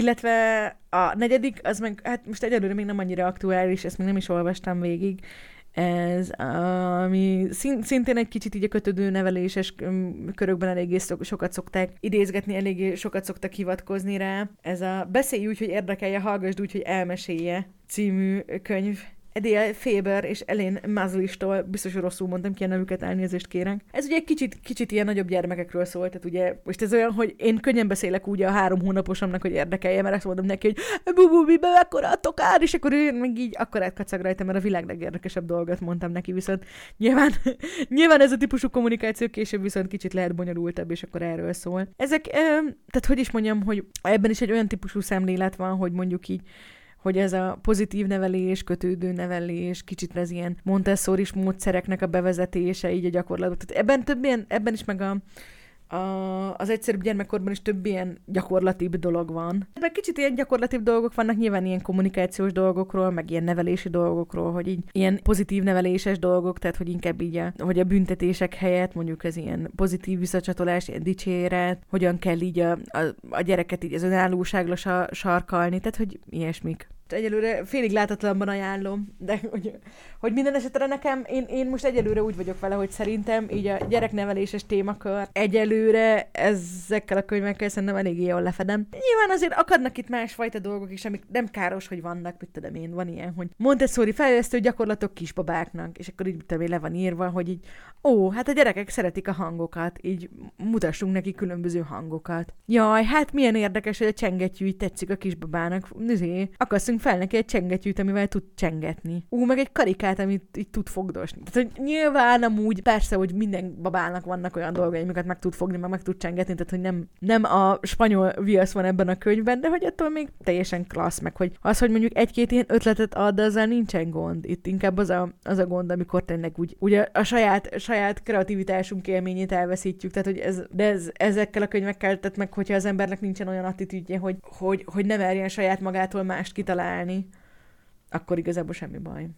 Illetve a negyedik, az meg, hát most egyelőre még nem annyira aktuális, ezt még nem is olvastam végig, ez, ami szintén egy kicsit így a kötődő neveléses körökben eléggé sokat szokták idézgetni, eléggé sokat szoktak hivatkozni rá. Ez a Beszélj úgy, hogy érdekelje, hallgassd úgy, hogy elmesélje című könyv. Edél Faber és Elaine Mazlistól, biztos, hogy rosszul mondtam ki a nevüket, elnézést kérek. Ez ugye egy kicsit, kicsit ilyen nagyobb gyermekekről szól, tehát ugye most ez olyan, hogy én könnyen beszélek úgy a három hónaposomnak, hogy érdekelje, mert azt mondom neki, hogy bubu, miben mekkora a tokár, és akkor ő meg így akkorát kacag rajta, mert a világ legérdekesebb dolgot mondtam neki, viszont nyilván, nyilván ez a típusú kommunikáció később viszont kicsit lehet bonyolultabb, és akkor erről szól. Ezek, eh, tehát hogy is mondjam, hogy ebben is egy olyan típusú szemlélet van, hogy mondjuk így hogy ez a pozitív nevelés, kötődő nevelés, kicsit ez ilyen Montessori-s módszereknek a bevezetése így a gyakorlatban. Tehát ebben több ilyen, ebben is meg a, a, az egyszerűbb gyermekkorban is több ilyen gyakorlatibb dolog van. Ebben kicsit ilyen gyakorlatibb dolgok vannak, nyilván ilyen kommunikációs dolgokról, meg ilyen nevelési dolgokról, hogy így ilyen pozitív neveléses dolgok, tehát hogy inkább így a, hogy a büntetések helyett mondjuk ez ilyen pozitív visszacsatolás, ilyen dicséret, hogyan kell így a, a, a gyereket így az önállóságra sarkalni, tehát hogy ilyesmik. Egyelőre félig látatlanban ajánlom, de hogy, hogy minden esetre nekem, én, én most egyelőre úgy vagyok vele, hogy szerintem így a gyerekneveléses témakör egyelőre ezekkel a könyvekkel szerintem eléggé jól lefedem. Nyilván azért akadnak itt másfajta dolgok is, amik nem káros, hogy vannak, mit tudom én, van ilyen, hogy Montessori fejlesztő gyakorlatok kisbabáknak, és akkor így mit tudom én, le van írva, hogy így, ó, hát a gyerekek szeretik a hangokat, így mutassunk neki különböző hangokat. Jaj, hát milyen érdekes, hogy a csengetyű így tetszik a kisbabának, nézé, akasszunk fel neki egy csengetyűt, amivel tud csengetni. Ú, meg egy karikát, amit így tud fogdosni. Tehát, hogy nyilván amúgy persze, hogy minden babának vannak olyan dolgai, amiket meg tud fogni, meg meg tud csengetni, tehát, hogy nem, nem a spanyol viasz van ebben a könyvben, de hogy attól még teljesen klassz, meg hogy az, hogy mondjuk egy-két ilyen ötletet ad, de azzal nincsen gond. Itt inkább az a, az a gond, amikor tényleg úgy, ugye a saját, saját kreativitásunk élményét elveszítjük, tehát, hogy ez, de ez, ezekkel a könyvekkel, tehát meg hogyha az embernek nincsen olyan attitűdje, hogy, hogy, hogy nem merjen saját magától mást kitalálni, akkor igazából semmi baj.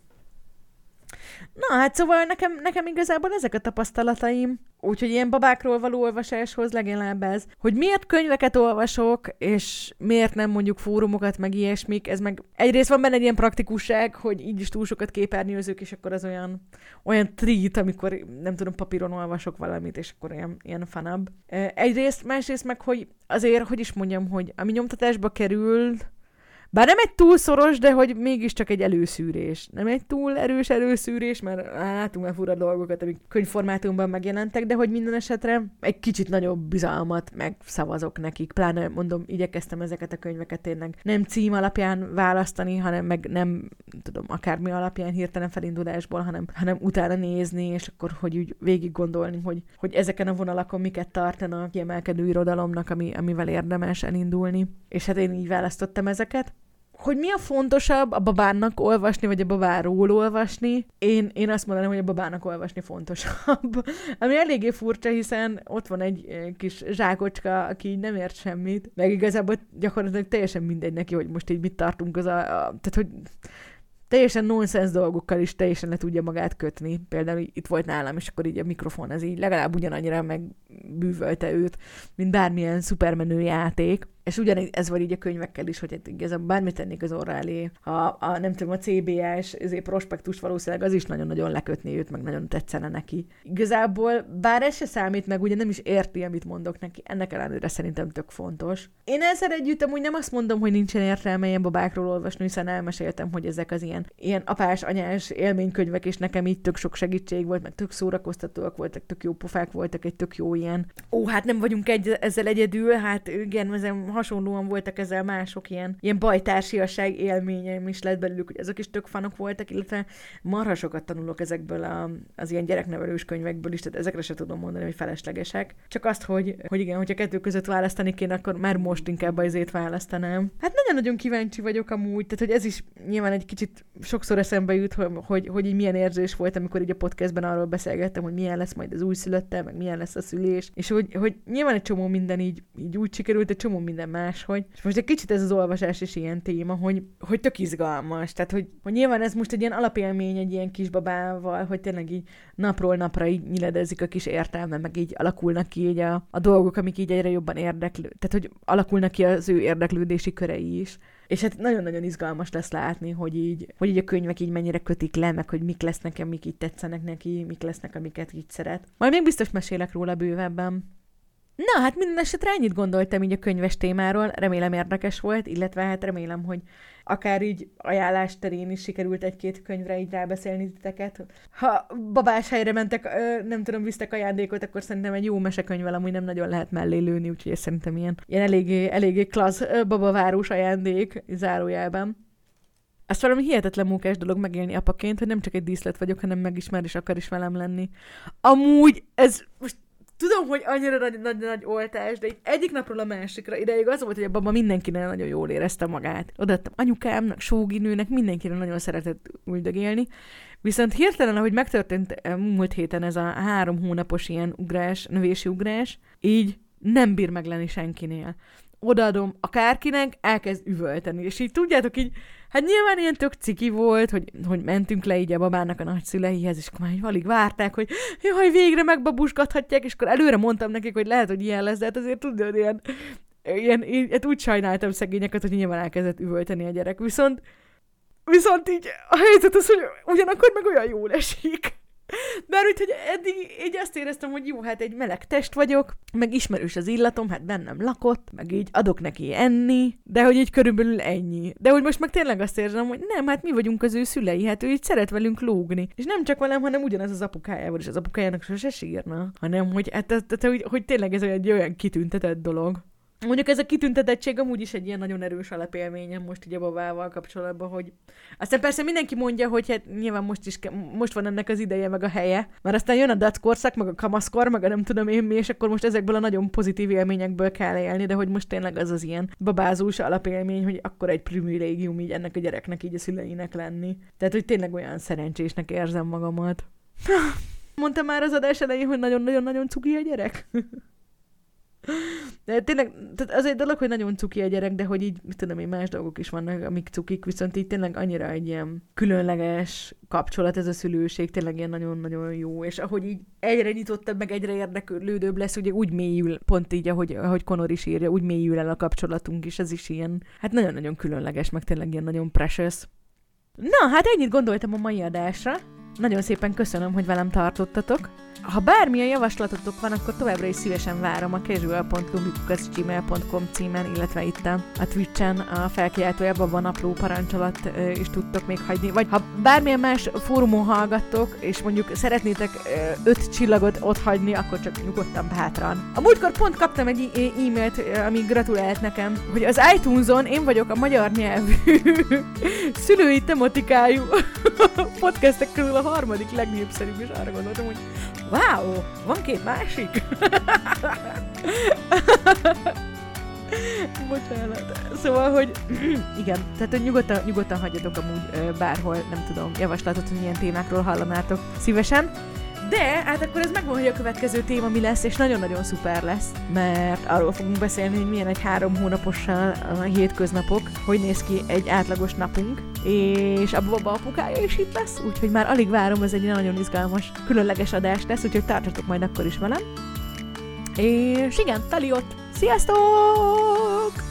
Na hát szóval nekem, nekem igazából ezek a tapasztalataim, úgyhogy ilyen babákról való olvasáshoz legalább ez, hogy miért könyveket olvasok, és miért nem mondjuk fórumokat, meg ilyesmik, ez meg egyrészt van benne egy ilyen praktikusság, hogy így is túl sokat képernyőzök, és akkor az olyan, olyan treat, amikor nem tudom, papíron olvasok valamit, és akkor ilyen, ilyen fanabb. Egyrészt, másrészt meg, hogy azért, hogy is mondjam, hogy ami nyomtatásba kerül, bár nem egy túl szoros, de hogy mégiscsak egy előszűrés. Nem egy túl erős előszűrés, mert látunk már fura dolgokat, amik könyvformátumban megjelentek, de hogy minden esetre egy kicsit nagyobb bizalmat megszavazok nekik. Pláne mondom, igyekeztem ezeket a könyveket tényleg nem cím alapján választani, hanem meg nem tudom, akármi alapján hirtelen felindulásból, hanem, hanem utána nézni, és akkor hogy úgy végig gondolni, hogy, hogy ezeken a vonalakon miket tartana a kiemelkedő irodalomnak, ami, amivel érdemes elindulni. És hát én így választottam ezeket. Hogy mi a fontosabb, a babának olvasni, vagy a babáról olvasni? Én, én azt mondanám, hogy a babának olvasni fontosabb. Ami eléggé furcsa, hiszen ott van egy kis zsákocska, aki nem ért semmit, meg igazából gyakorlatilag teljesen mindegy neki, hogy most így mit tartunk az a... a tehát, hogy teljesen nonsens dolgokkal is teljesen le tudja magát kötni. Például itt volt nálam, és akkor így a mikrofon az így legalább ugyanannyira megbűvölte őt, mint bármilyen szupermenő játék. És ugyanígy ez van így a könyvekkel is, hogy igazából bármit tennék az orra elé. Ha a, nem tudom, a cé bé es prospektus valószínűleg az is nagyon-nagyon lekötné őt, meg nagyon tetszene neki. Igazából, bár ez se számít meg, ugye nem is érti, amit mondok neki, ennek ellenére szerintem tök fontos. Én ezzel együtt amúgy nem azt mondom, hogy nincsen értelme ilyen babákról olvasni, hiszen elmeséltem, hogy ezek az ilyen, ilyen apás-anyás élménykönyvek, és nekem így tök sok segítség volt, meg tök szórakoztatóak voltak, tök jó pofák voltak, egy tök jó ilyen. Ó, hát nem vagyunk egy, ezzel egyedül, hát igen, ezen hasonlóan voltak ezzel mások ilyen, ilyen bajtársiasság élményeim is lett belőlük, hogy azok is tök fanok voltak, illetve marha sokat tanulok ezekből a, az ilyen gyereknevelős könyvekből is, tehát ezekre se tudom mondani, hogy feleslegesek. Csak azt, hogy, hogy igen, hogyha kettő között választani kéne, akkor már most inkább azért választanám. Hát nagyon-nagyon kíváncsi vagyok amúgy, tehát hogy ez is nyilván egy kicsit sokszor eszembe jut, hogy, hogy, hogy így milyen érzés volt, amikor így a podcastben arról beszélgettem, hogy milyen lesz majd az újszülöttel, meg milyen lesz a szülés, és hogy, hogy nyilván egy csomó minden így, így úgy sikerült, egy csomó minden máshogy. És most egy kicsit ez az olvasás is ilyen téma, hogy, hogy tök izgalmas. Tehát, hogy, hogy nyilván ez most egy ilyen alapélmény egy ilyen kisbabával, hogy tényleg így napról napra így nyiledezik a kis értelme, meg így alakulnak ki így a, a dolgok, amik így egyre jobban érdeklő. Tehát, hogy alakulnak ki az ő érdeklődési körei is. És hát nagyon-nagyon izgalmas lesz látni, hogy így, hogy így a könyvek így mennyire kötik le, meg hogy mik lesznek, amik így tetszenek neki, mik lesznek, amiket így szeret. Majd még biztos mesélek róla bővebben. Na, hát minden esetre ennyit gondoltam így a könyves témáról, remélem érdekes volt, illetve hát remélem, hogy akár így ajánlás terén is sikerült egy-két könyvre így rábeszélni titeket. Ha babás helyre mentek, nem tudom, visztek ajándékot, akkor szerintem egy jó mesekönyvvel amúgy nem nagyon lehet mellé lőni, úgyhogy ez szerintem ilyen, ilyen eléggé, eléggé klassz babavárós ajándék zárójelben. Azt valami hihetetlen mókás dolog megélni apaként, hogy nem csak egy díszlet vagyok, hanem megismer és akar is velem lenni. Amúgy ez most tudom, hogy annyira nagy, nagy, nagy oltás, de így egyik napról a másikra ideig az volt, hogy a baba mindenkinek nagyon jól érezte magát. Odaadtam anyukámnak, sóginőnek, mindenkire nagyon szeretett üldögélni. Viszont hirtelen, ahogy megtörtént múlt héten ez a három hónapos ilyen ugrás, növési ugrás, így nem bír meg lenni senkinél. Odaadom akárkinek, elkezd üvölteni. És így tudjátok, így, hát nyilván ilyen tök ciki volt, hogy, hogy mentünk le így a babának a nagyszüleihez, és akkor már így alig várták, hogy jaj, végre megbabusgathatják, és akkor előre mondtam nekik, hogy lehet, hogy ilyen lesz, de hát azért tudod, ilyen, ilyen én, hát úgy sajnáltam szegényeket, hogy nyilván elkezdett üvölteni a gyerek. Viszont, viszont így a helyzet az, hogy ugyanakkor meg olyan jól esik. Mert úgy, hogy eddig így azt éreztem, hogy jó, hát egy meleg test vagyok, meg ismerős az illatom, hát bennem lakott, meg így adok neki enni, de hogy így körülbelül ennyi. De hogy most meg tényleg azt érzem, hogy nem, hát mi vagyunk az ő szülei, hát ő így szeret velünk lógni. És nem csak velem, hanem ugyanaz az apukájával, és az apukájának sose sírna, hanem hogy, hát, hát, hát, hogy, hogy tényleg ez egy olyan kitüntetett dolog. Mondjuk ez a kitüntetettség amúgy is egy ilyen nagyon erős alapélményem most így a babával kapcsolatban, hogy aztán persze mindenki mondja, hogy hát nyilván most is ke- most van ennek az ideje meg a helye, mert aztán jön a dackorszak, meg a kamaszkor, meg a nem tudom én mi, és akkor most ezekből a nagyon pozitív élményekből kell élni, de hogy most tényleg az az ilyen babázós alapélmény, hogy akkor egy privilégium így ennek a gyereknek így a szüleinek lenni. Tehát, hogy tényleg olyan szerencsésnek érzem magamat. Mondtam már az adás elején, hogy nagyon-nagyon-nagyon cuki a gyerek. De tényleg, tehát az egy dolog, hogy nagyon cuki a gyerek, de hogy így, mit tudom én, más dolgok is vannak, amik cukik, viszont így tényleg annyira egy ilyen különleges kapcsolat ez a szülőség, tényleg ilyen nagyon-nagyon jó, és ahogy így egyre nyitottabb, meg egyre érdeklődőbb lesz, ugye úgy mélyül, pont így, ahogy, ahogy Conor is írja, úgy mélyül el a kapcsolatunk, és ez is ilyen, hát nagyon-nagyon különleges, meg tényleg ilyen nagyon precious. Na, hát ennyit gondoltam a mai adásra. Nagyon szépen köszönöm, hogy velem tartottatok. Ha bármilyen javaslatotok van, akkor továbbra is szívesen várom a casual pont club kukac gmail pont com címen, illetve itt a Twitchen a felkiáltójában van apró parancsolat is tudtok még hagyni. Vagy ha bármilyen más fórumon hallgattok, és mondjuk szeretnétek öt csillagot ott hagyni, akkor csak nyugodtan bátran. A múltkor pont kaptam egy e-mailt, ami gratulált nekem, hogy az iTunes-on én vagyok a magyar nyelvű szülői tematikájú podcastek közül a harmadik legnépszerűbb, és arra gondoltam, hogy wow, van két másik? Bocsánat. Szóval, hogy igen, tehát hogy nyugodtan, nyugodtan hagyjatok amúgy bárhol, nem tudom, javaslatot, hogy milyen témákról hallanátok szívesen. De hát akkor ez megvan, hogy a következő téma mi lesz, és nagyon-nagyon szuper lesz, mert arról fogunk beszélni, hogy milyen egy három hónapossal a hétköznapok, hogy néz ki egy átlagos napunk, és a baba apukája is itt lesz, úgyhogy már alig várom, ez egy nagyon izgalmas, különleges adás lesz, úgyhogy tartsatok majd akkor is velem. És igen, Tali ott! Sziasztok!